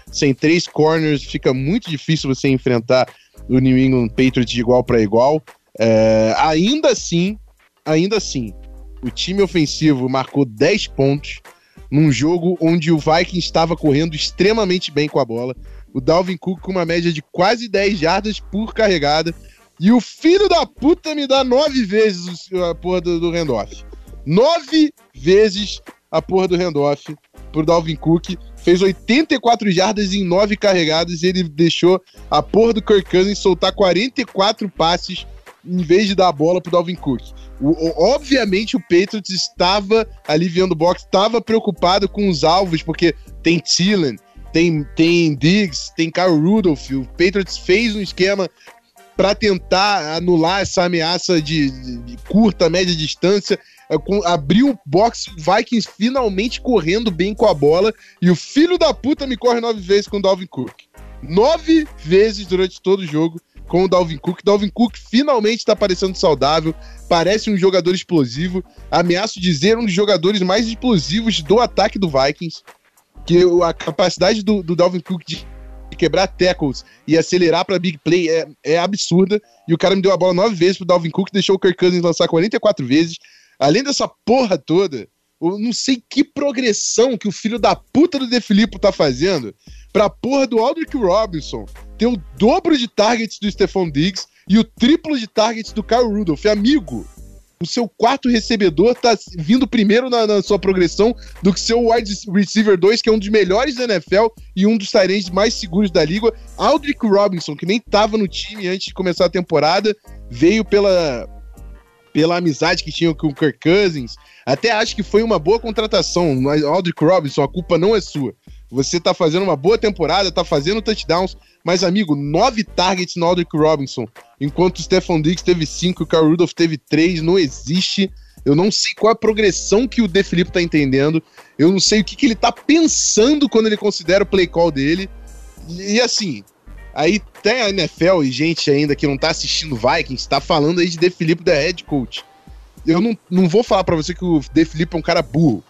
sem três corners, fica muito difícil você enfrentar o New England Patriots de igual para igual. É, ainda assim, ainda assim, o time ofensivo marcou dez pontos num jogo onde o Vikings estava correndo extremamente bem com a bola. O Dalvin Cook com uma média de quase dez jardas por carregada. E o filho da puta me dá nove vezes a porra do, do handoff. Nove vezes a porra do handoff pro Dalvin Cook. Fez oitenta e quatro jardas em nove carregadas e ele deixou a porra do Kirk Cousins soltar quarenta e quatro passes em vez de dar a bola pro Dalvin Cook. O, o, obviamente o Patriots estava ali vendo o box, estava preocupado com os alvos, porque tem Thielen, tem, tem Diggs, tem Kyle Rudolph. O Patriots fez um esquema para tentar anular essa ameaça de, de, de curta, média distância, abriu o box, Vikings finalmente correndo bem com a bola, e o filho da puta me corre nove vezes com o Dalvin Cook. Nove vezes durante todo o jogo com o Dalvin Cook. Dalvin Cook finalmente está parecendo saudável, parece um jogador explosivo, ameaço dizer um dos jogadores mais explosivos do ataque do Vikings, que a capacidade do, do Dalvin Cook de quebrar tackles e acelerar para big play é, é absurda, e o cara me deu a bola nove vezes pro Dalvin Cook, deixou o Kirk Cousins lançar quarenta e quatro vezes. Além dessa porra toda, eu não sei que progressão que o filho da puta do De Filippo tá fazendo pra porra do Aldrick Robinson ter o dobro de targets do Stephon Diggs e o triplo de targets do Kyle Rudolph. Amigo, o seu quarto recebedor tá vindo primeiro na, na sua progressão do que seu wide receiver dois, que é um dos melhores da N F L e um dos tight ends mais seguros da liga. Aldrick Robinson, que nem tava no time antes de começar a temporada, veio pela, pela amizade que tinha com o Kirk Cousins. Até acho que foi uma boa contratação, mas Aldrick Robinson, a culpa não é sua. Você tá fazendo uma boa temporada, tá fazendo touchdowns, mas, amigo, nove targets no Aldrick Robinson, enquanto o Stephon Diggs teve cinco e o Kyle Rudolph teve três, não existe. Eu não sei qual é a progressão que o De Filippo tá entendendo, eu não sei o que, que ele tá pensando quando ele considera o play call dele. E, e assim, aí tem a N F L e gente ainda que não tá assistindo Vikings, tá falando aí de De Filippo da head coach. Eu não, não vou falar pra você que o De Filippo é um cara burro,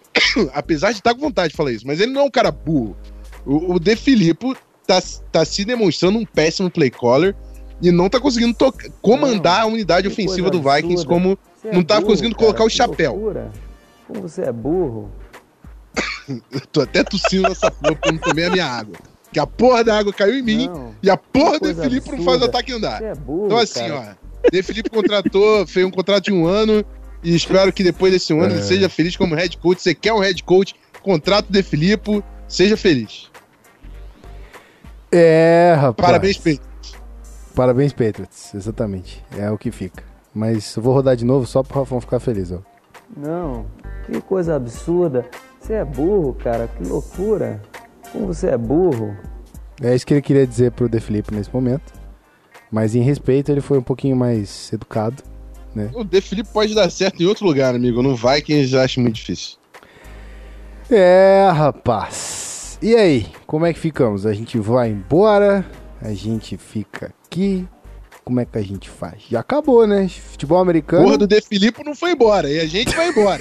apesar de estar com vontade de falar isso, mas ele não é um cara burro. O, o De Filippo tá, tá se demonstrando um péssimo play caller e não tá conseguindo tocar, comandar não, a unidade ofensiva do Vikings absurda. Como você não é tá burro, conseguindo cara, colocar o chapéu. Loucura. Como você é burro. Eu tô até tossindo nessa porra pra não tomar a minha água. Que a porra da água caiu em mim não, e a porra do De Filippo absurda. Não faz o ataque andar. Você é burro, então assim, cara. ó, De Filippo contratou, fez um contrato de um ano e espero que depois desse um ano é. ele seja feliz como head coach. Você quer um head coach, contrato De Filippo, seja feliz. É, rapaz. Parabéns, Patriots. Parabéns, Patriots, exatamente. É o que fica. Mas eu vou rodar de novo só pro Rafão ficar feliz, ó. Não, que coisa absurda. Você é burro, cara, que loucura. Como você é burro. É isso que ele queria dizer pro De Filippo nesse momento. Mas em respeito, ele foi um pouquinho mais educado, né? O De Filippo pode dar certo em outro lugar, amigo. No Vikings já acho muito difícil. É, rapaz. E aí, como é que ficamos? A gente vai embora? A gente fica aqui? Como é que a gente faz? Já acabou, né? Futebol americano. Porra do De Filippo não foi embora, e a gente vai embora.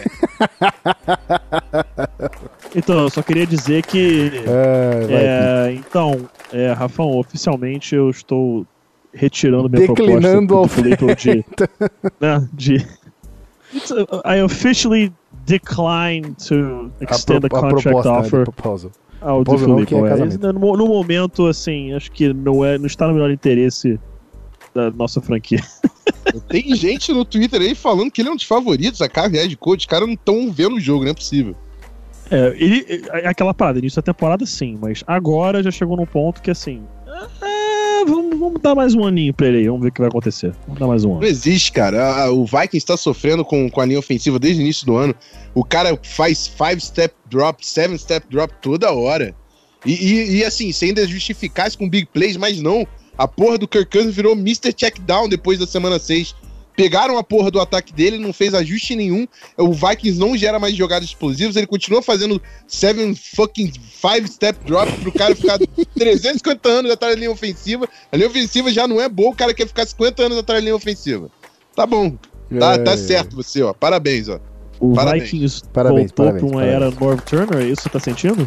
Então, eu só queria dizer que... É, é, então, é, Rafão, oficialmente eu estou retirando minha Declinando proposta do de, né, de... I officially decline to extend a, pro, the contract a proposta, offer. Né, proposal. Ao De Filippo, é. no, no momento, assim, acho que não, é, não está no melhor interesse da nossa franquia. Tem gente no Twitter aí falando que ele é um dos favoritos, a cara head coach, os caras não estão vendo o jogo, não é possível. É, ele, é aquela parada, início da temporada sim, mas agora já chegou num ponto que assim, é, vamos, vamos dar mais um aninho pra ele aí, vamos ver o que vai acontecer. Vamos dar mais um ano. Não existe, cara. O Vikings está sofrendo com, com a linha ofensiva desde o início do ano. O cara faz five step drop, seven step drop toda hora. E, e, e assim, se ainda justificasse com big plays, mas não. A porra do Kirk Cousins virou mister Checkdown depois da semana seis. Pegaram a porra do ataque dele, não fez ajuste nenhum. O Vikings não gera mais jogadas explosivas. Ele continua fazendo seven fucking five step drop pro cara ficar trezentos e cinquenta anos atrás da linha ofensiva. A linha ofensiva já não é boa, o cara quer ficar cinquenta anos atrás da linha ofensiva. Tá bom. Tá, é, tá certo você, ó. Parabéns, ó. O parabéns. Vikings parabéns, voltou parabéns, pra uma parabéns. era Norv Turner, é isso que você tá sentindo?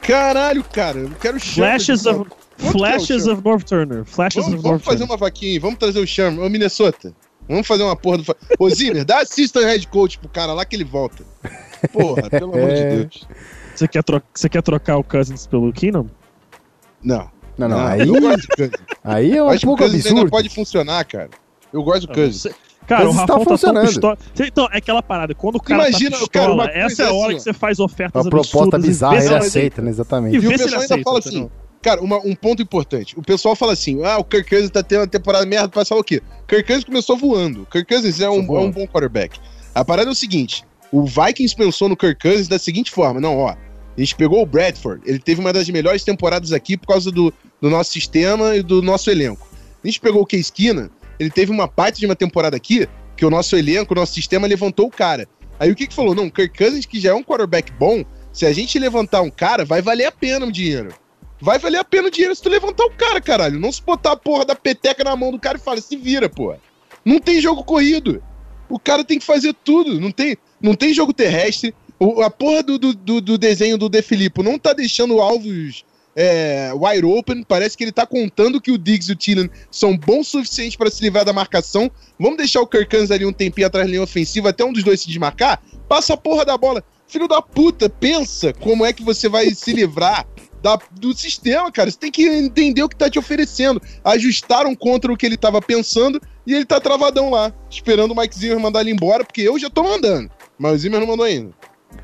Caralho, cara, eu quero o Shermer. Flashes of, Flashes é of North Turner. Flashes Vamos, of vamos North fazer Turner. uma vaquinha, vamos trazer o Shermer. Ô, Minnesota, vamos fazer uma porra do... Ô, Zimmer, dá assistant head coach pro cara lá que ele volta. Porra, pelo amor de Deus. Você quer, tro... Você quer trocar o Cousins pelo Keenum? Não. Não, não, Não, aí, eu gosto do Cousins. aí é um Acho que o pouco Cousins ainda absurdo. pode funcionar, cara. Eu gosto do Cousins. Você- Cara, Cousins o tá Rafão tá, tão funcionando. pistola. Então, é aquela parada. Quando o cara Imagina, tá cara, pistola, uma coisa essa é a é hora assim, que você faz ofertas Uma proposta absurdas e bizarra, vê se ele ela aceita, né? Exatamente. E E vê o se ele pessoal ainda aceita, fala entendeu? assim, cara, uma- um ponto importante. O pessoal fala assim, ah, o Kirk Cousins tá tendo uma temporada merda, passar o quê? Kirk Cousins começou voando. Kirk Cousins é um, é um bom quarterback. A parada é o seguinte, o Vikings pensou no Kirk Cousins da seguinte forma, não, ó, a gente pegou o Bradford, ele teve uma das melhores temporadas aqui por causa do, do nosso sistema e do nosso elenco. A gente pegou o Case Keenum, ele teve uma parte de uma temporada aqui que o nosso elenco, o nosso sistema levantou o cara. Aí o que que falou? Não, Kirk Cousins, que já é um quarterback bom, se a gente levantar um cara, vai valer a pena o dinheiro. Vai valer a pena o dinheiro se tu levantar o cara, caralho. Não se botar a porra da peteca na mão do cara e fala, se vira, porra. Não tem jogo corrido. O cara tem que fazer tudo. Não tem, não tem jogo terrestre. O, a porra do, do, do, do desenho do De Filippo não tá deixando alvos é, wide open. Parece que ele tá contando que o Diggs e o Thielen são bons o suficiente para se livrar da marcação. Vamos deixar o Kirk Cousins ali um tempinho atrás da linha ofensiva até um dos dois se desmarcar? Passa a porra da bola. Filho da puta, pensa como é que você vai se livrar da, do sistema, cara. Você tem que entender o que tá te oferecendo. Ajustaram contra o que ele tava pensando e ele tá travadão lá, esperando o Mike Zimmer mandar ele embora, porque eu já tô mandando, mas o Zimmer não mandou ainda.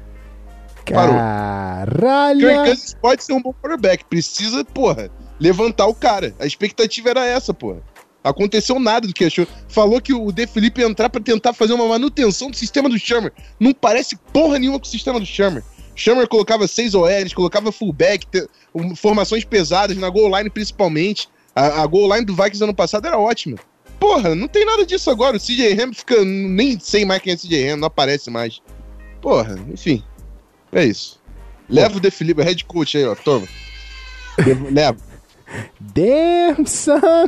Parou. Caralho! Kirk Cousins pode ser um bom quarterback, precisa, porra, levantar o cara. A expectativa era essa, porra. Aconteceu nada do que achou. Falou que o De Filippo ia entrar pra tentar fazer uma manutenção do sistema do Shermer. Não parece porra nenhuma com o sistema do Shermer. Shermer colocava seis O Ls, colocava fullback, te, um, formações pesadas, na goal line principalmente. A, a goal line do Vikings ano passado era ótima. Porra, não tem nada disso agora. O C J Ham fica... Nem sei mais quem é C J Ham, não aparece mais. Porra, enfim. É isso. Leva o De Filippo, head coach aí, ó. Toma. Leva. Damn, son!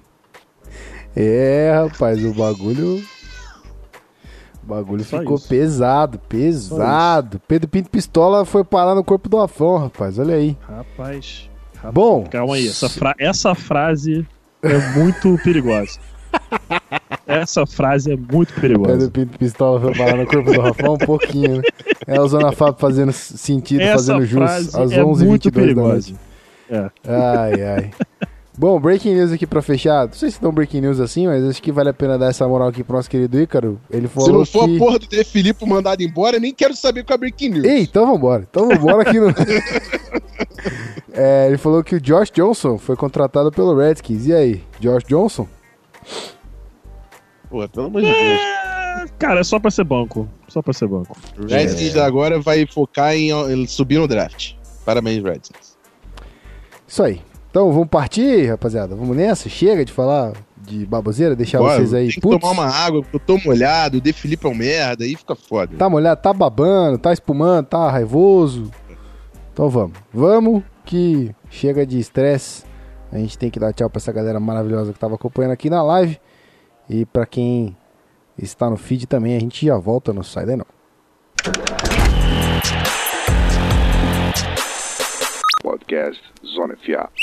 É, rapaz, o bagulho... O bagulho Só ficou isso. pesado, pesado. Pedro Pinto Pistola foi parar no corpo do Rafão, rapaz. Olha aí. Rapaz, rapaz. Bom, Calma aí, essa, fra- essa frase é muito perigosa. Essa frase é muito Pedro perigosa. Pinto Pistola foi parar no corpo do Rafão um pouquinho, né? É o Zona Fábio fazendo sentido, Essa fazendo jus frase às é onze e vinte muito e dois da perigosa. noite. É. Ai, ai. Bom, breaking news aqui pra fechar. Não sei se dão breaking news assim, mas acho que vale a pena dar essa moral aqui pro nosso querido Ícaro. Ele falou Se não for que... a porra do De Filippo mandado embora, eu nem quero saber qual é a breaking news. Ei, então vambora. Então vambora aqui no... É, ele falou que o Josh Johnson foi contratado pelo Redskins. E aí, Josh Johnson? Porra, pelo amor de Deus. É, cara, é só pra ser banco. Só pra ser banco. O Redskins agora vai focar em, em subir no draft. Parabéns, Redskins. Isso aí. Então vamos partir, rapaziada. Vamos nessa? Chega de falar de baboseira, deixar Bora, vocês aí tem que putos. tomar uma água, porque eu tô molhado, o De Filippo é um merda, aí fica foda. Tá molhado, tá babando, tá espumando, tá raivoso. Então vamos. Vamos que chega de estresse. A gente tem que dar tchau pra essa galera maravilhosa que tava acompanhando aqui na live. E pra quem está no feed também, a gente já volta, não sai daí não. Podcast Zona F A.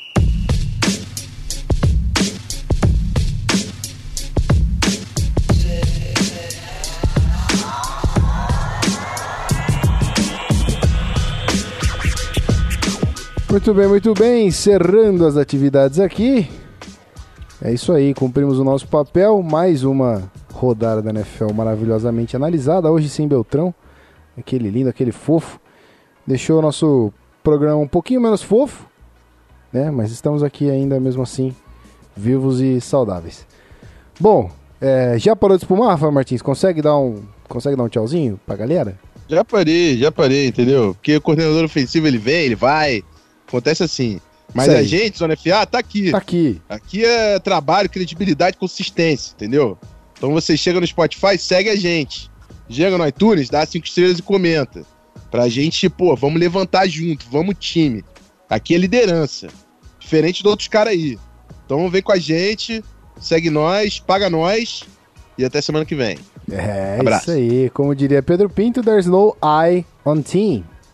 Muito bem, muito bem. Encerrando as atividades aqui. É isso aí, cumprimos o nosso papel. Mais uma rodada da N F L maravilhosamente analisada. Hoje sem Beltrão. Aquele lindo, aquele fofo. Deixou o nosso programa um pouquinho menos fofo, né? Mas estamos aqui ainda mesmo assim, vivos e saudáveis. Bom, é, já parou de espumar, Rafael Martins? Consegue dar um, consegue dar um tchauzinho pra galera? Já parei, já parei, entendeu? Porque o coordenador ofensivo, ele vem, ele vai. Acontece assim. Mas Isso aí. a gente, Zona F A, tá aqui. Tá aqui. Aqui é trabalho, credibilidade, consistência, entendeu? Então você chega no Spotify, segue a gente. Chega no iTunes, dá cinco estrelas e comenta. Pra gente, pô, vamos levantar junto, vamos time. Aqui é liderança. Diferente de outros caras aí. Então vem com a gente, segue nós, paga nós e até semana que vem. É, Abraço. isso aí. Como diria Pedro Pinto, there's no I on team.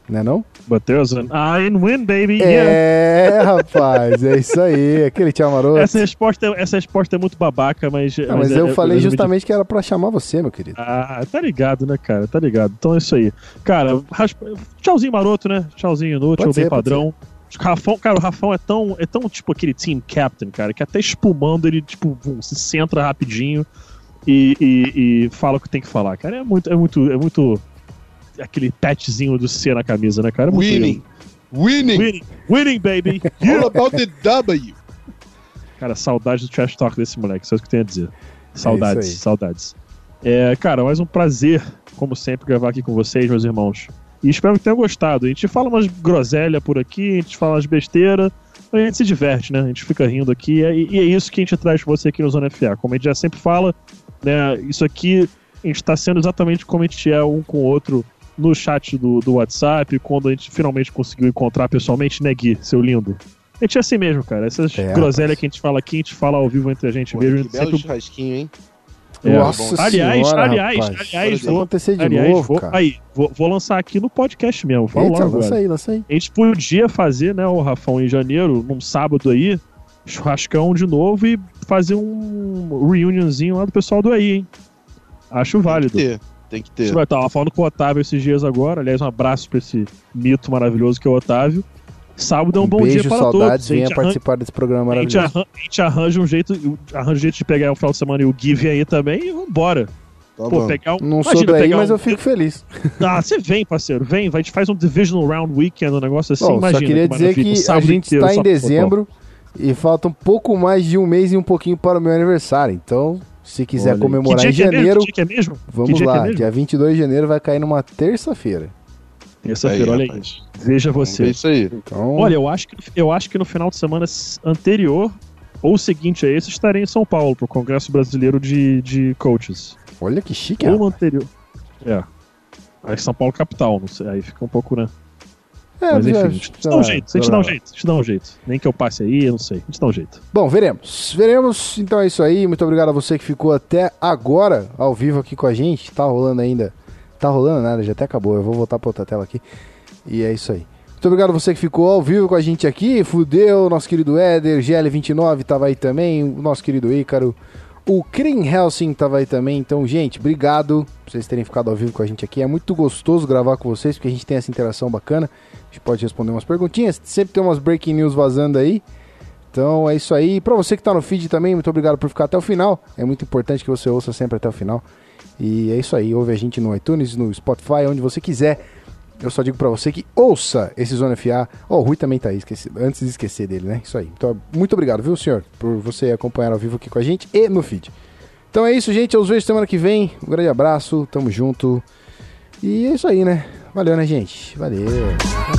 Né não? But there's an I and win, baby. É, yeah. Rapaz, é isso aí. Aquele tchau maroto. Essa resposta, essa resposta é muito babaca, mas... Não, mas, mas eu é, falei justamente que era pra chamar você, meu querido. Ah, tá ligado, né, cara? Tá ligado. Então é isso aí. Cara, raspa... tchauzinho maroto, né? Tchauzinho inútil, bem padrão. Rafão, cara, o Rafão é tão, é tão tipo aquele team captain, cara, que até espumando ele, tipo, vum, se centra rapidinho e, e, e fala o que tem que falar, cara. É muito, é muito, é muito aquele patchzinho do C na camisa, né, cara? É muito winning. winning! Winning! Winning, baby! All about the W! Cara, saudade do trash talk desse moleque, só isso que eu tenho a dizer. Saudades, é saudades. É, cara, mais um prazer, como sempre, gravar aqui com vocês, meus irmãos. E espero que tenham gostado. A gente fala umas groselhas por aqui, a gente fala umas besteiras, a gente se diverte, né? A gente fica rindo aqui, e, e é isso que a gente traz pra você aqui no Zona F A. Como a gente já sempre fala, né? Isso aqui, a gente tá sendo exatamente como a gente é um com o outro no chat do, do WhatsApp, quando a gente finalmente conseguiu encontrar pessoalmente, né, Gui, seu lindo? A gente é assim mesmo, cara. Essas é, groselhas rapaz. que a gente fala aqui, a gente fala ao vivo entre a gente Pô, mesmo. Que belo sempre... churrasquinho, hein? É, Nossa aliás, senhora, aliás, rapaz. aliás, vou acontecer de aliás, novo, vou, cara. Aí, vou, vou lançar aqui no podcast mesmo. Fala Eita, logo lança agora. aí, lança aí. A gente podia fazer, né, o Rafão em janeiro, num sábado aí, churrascão de novo e fazer um reunionzinho lá do pessoal do aí, hein? Acho válido. Tem que ter, tem que ter. A gente vai estar falando com o Otávio esses dias agora. Aliás, um abraço pra esse mito maravilhoso que é o Otávio. Sábado é um, um bom beijo, dia para saudades, todos. venha arran... participar desse programa maravilhoso. A gente, arran... a gente arranja um jeito, arranja um jeito de pegar o final de semana e o Give aí também e vambora. Tá Pô, bom. pegar um... Não Imagina sou daí, pegar mas um... eu fico feliz. Ah, você vem, parceiro, vem. A gente faz um Divisional Round Weekend, um negócio assim, Bom, imagina. só queria que dizer que um a gente inteiro, está em só... dezembro e falta um pouco mais de um mês e um pouquinho para o meu aniversário. Então, se quiser Olha, comemorar em que dia janeiro, que é mesmo? vamos que dia lá. Que é mesmo? Dia vinte e dois de janeiro vai cair numa terça-feira. Terça-feira, olha aí. Veja você. É isso aí. Então, Olha, eu acho, que, eu acho que no final de semana anterior, ou seguinte a esse, estarei em São Paulo, pro Congresso Brasileiro de, de Coaches. olha que chique, Ou no rapaz. anterior. É. Aí São Paulo capital, não sei. Aí fica um pouco, né? É, Mas enfim, já- a gente sei dá um lá, jeito, a sei gente dá um lá. jeito, a gente dá um jeito. Nem que eu passe aí, eu não sei. A gente dá um jeito. Bom, veremos. Veremos. Então é isso aí. Muito obrigado a você que ficou até agora ao vivo aqui com a gente. Tá rolando ainda. Tá rolando nada, já até acabou. Eu vou voltar pra outra tela aqui. E é isso aí. Muito obrigado a você que ficou ao vivo com a gente aqui. Fudeu, nosso querido Éder, G L vinte e nove tava aí também. O nosso querido Ícaro. O Krim Helsing tava aí também. Então, gente, obrigado por vocês terem ficado ao vivo com a gente aqui. É muito gostoso gravar com vocês, porque a gente tem essa interação bacana. A gente pode responder umas perguntinhas. Sempre tem umas breaking news vazando aí. Então é isso aí. Pra você que tá no feed também, muito obrigado por ficar até o final. É muito importante que você ouça sempre até o final. E é isso aí. Ouve a gente no iTunes, no Spotify, onde você quiser. Eu só digo pra você que ouça esse Zona F A. Ó, oh, o Rui também tá aí, esqueci, antes de esquecer dele, né? Isso aí. Então, muito obrigado, viu, senhor? Por você acompanhar ao vivo aqui com a gente e no feed. Então é isso, gente. Eu os vejo semana que vem. Um grande abraço. Tamo junto. E é isso aí, né? Valeu, né, gente? Valeu.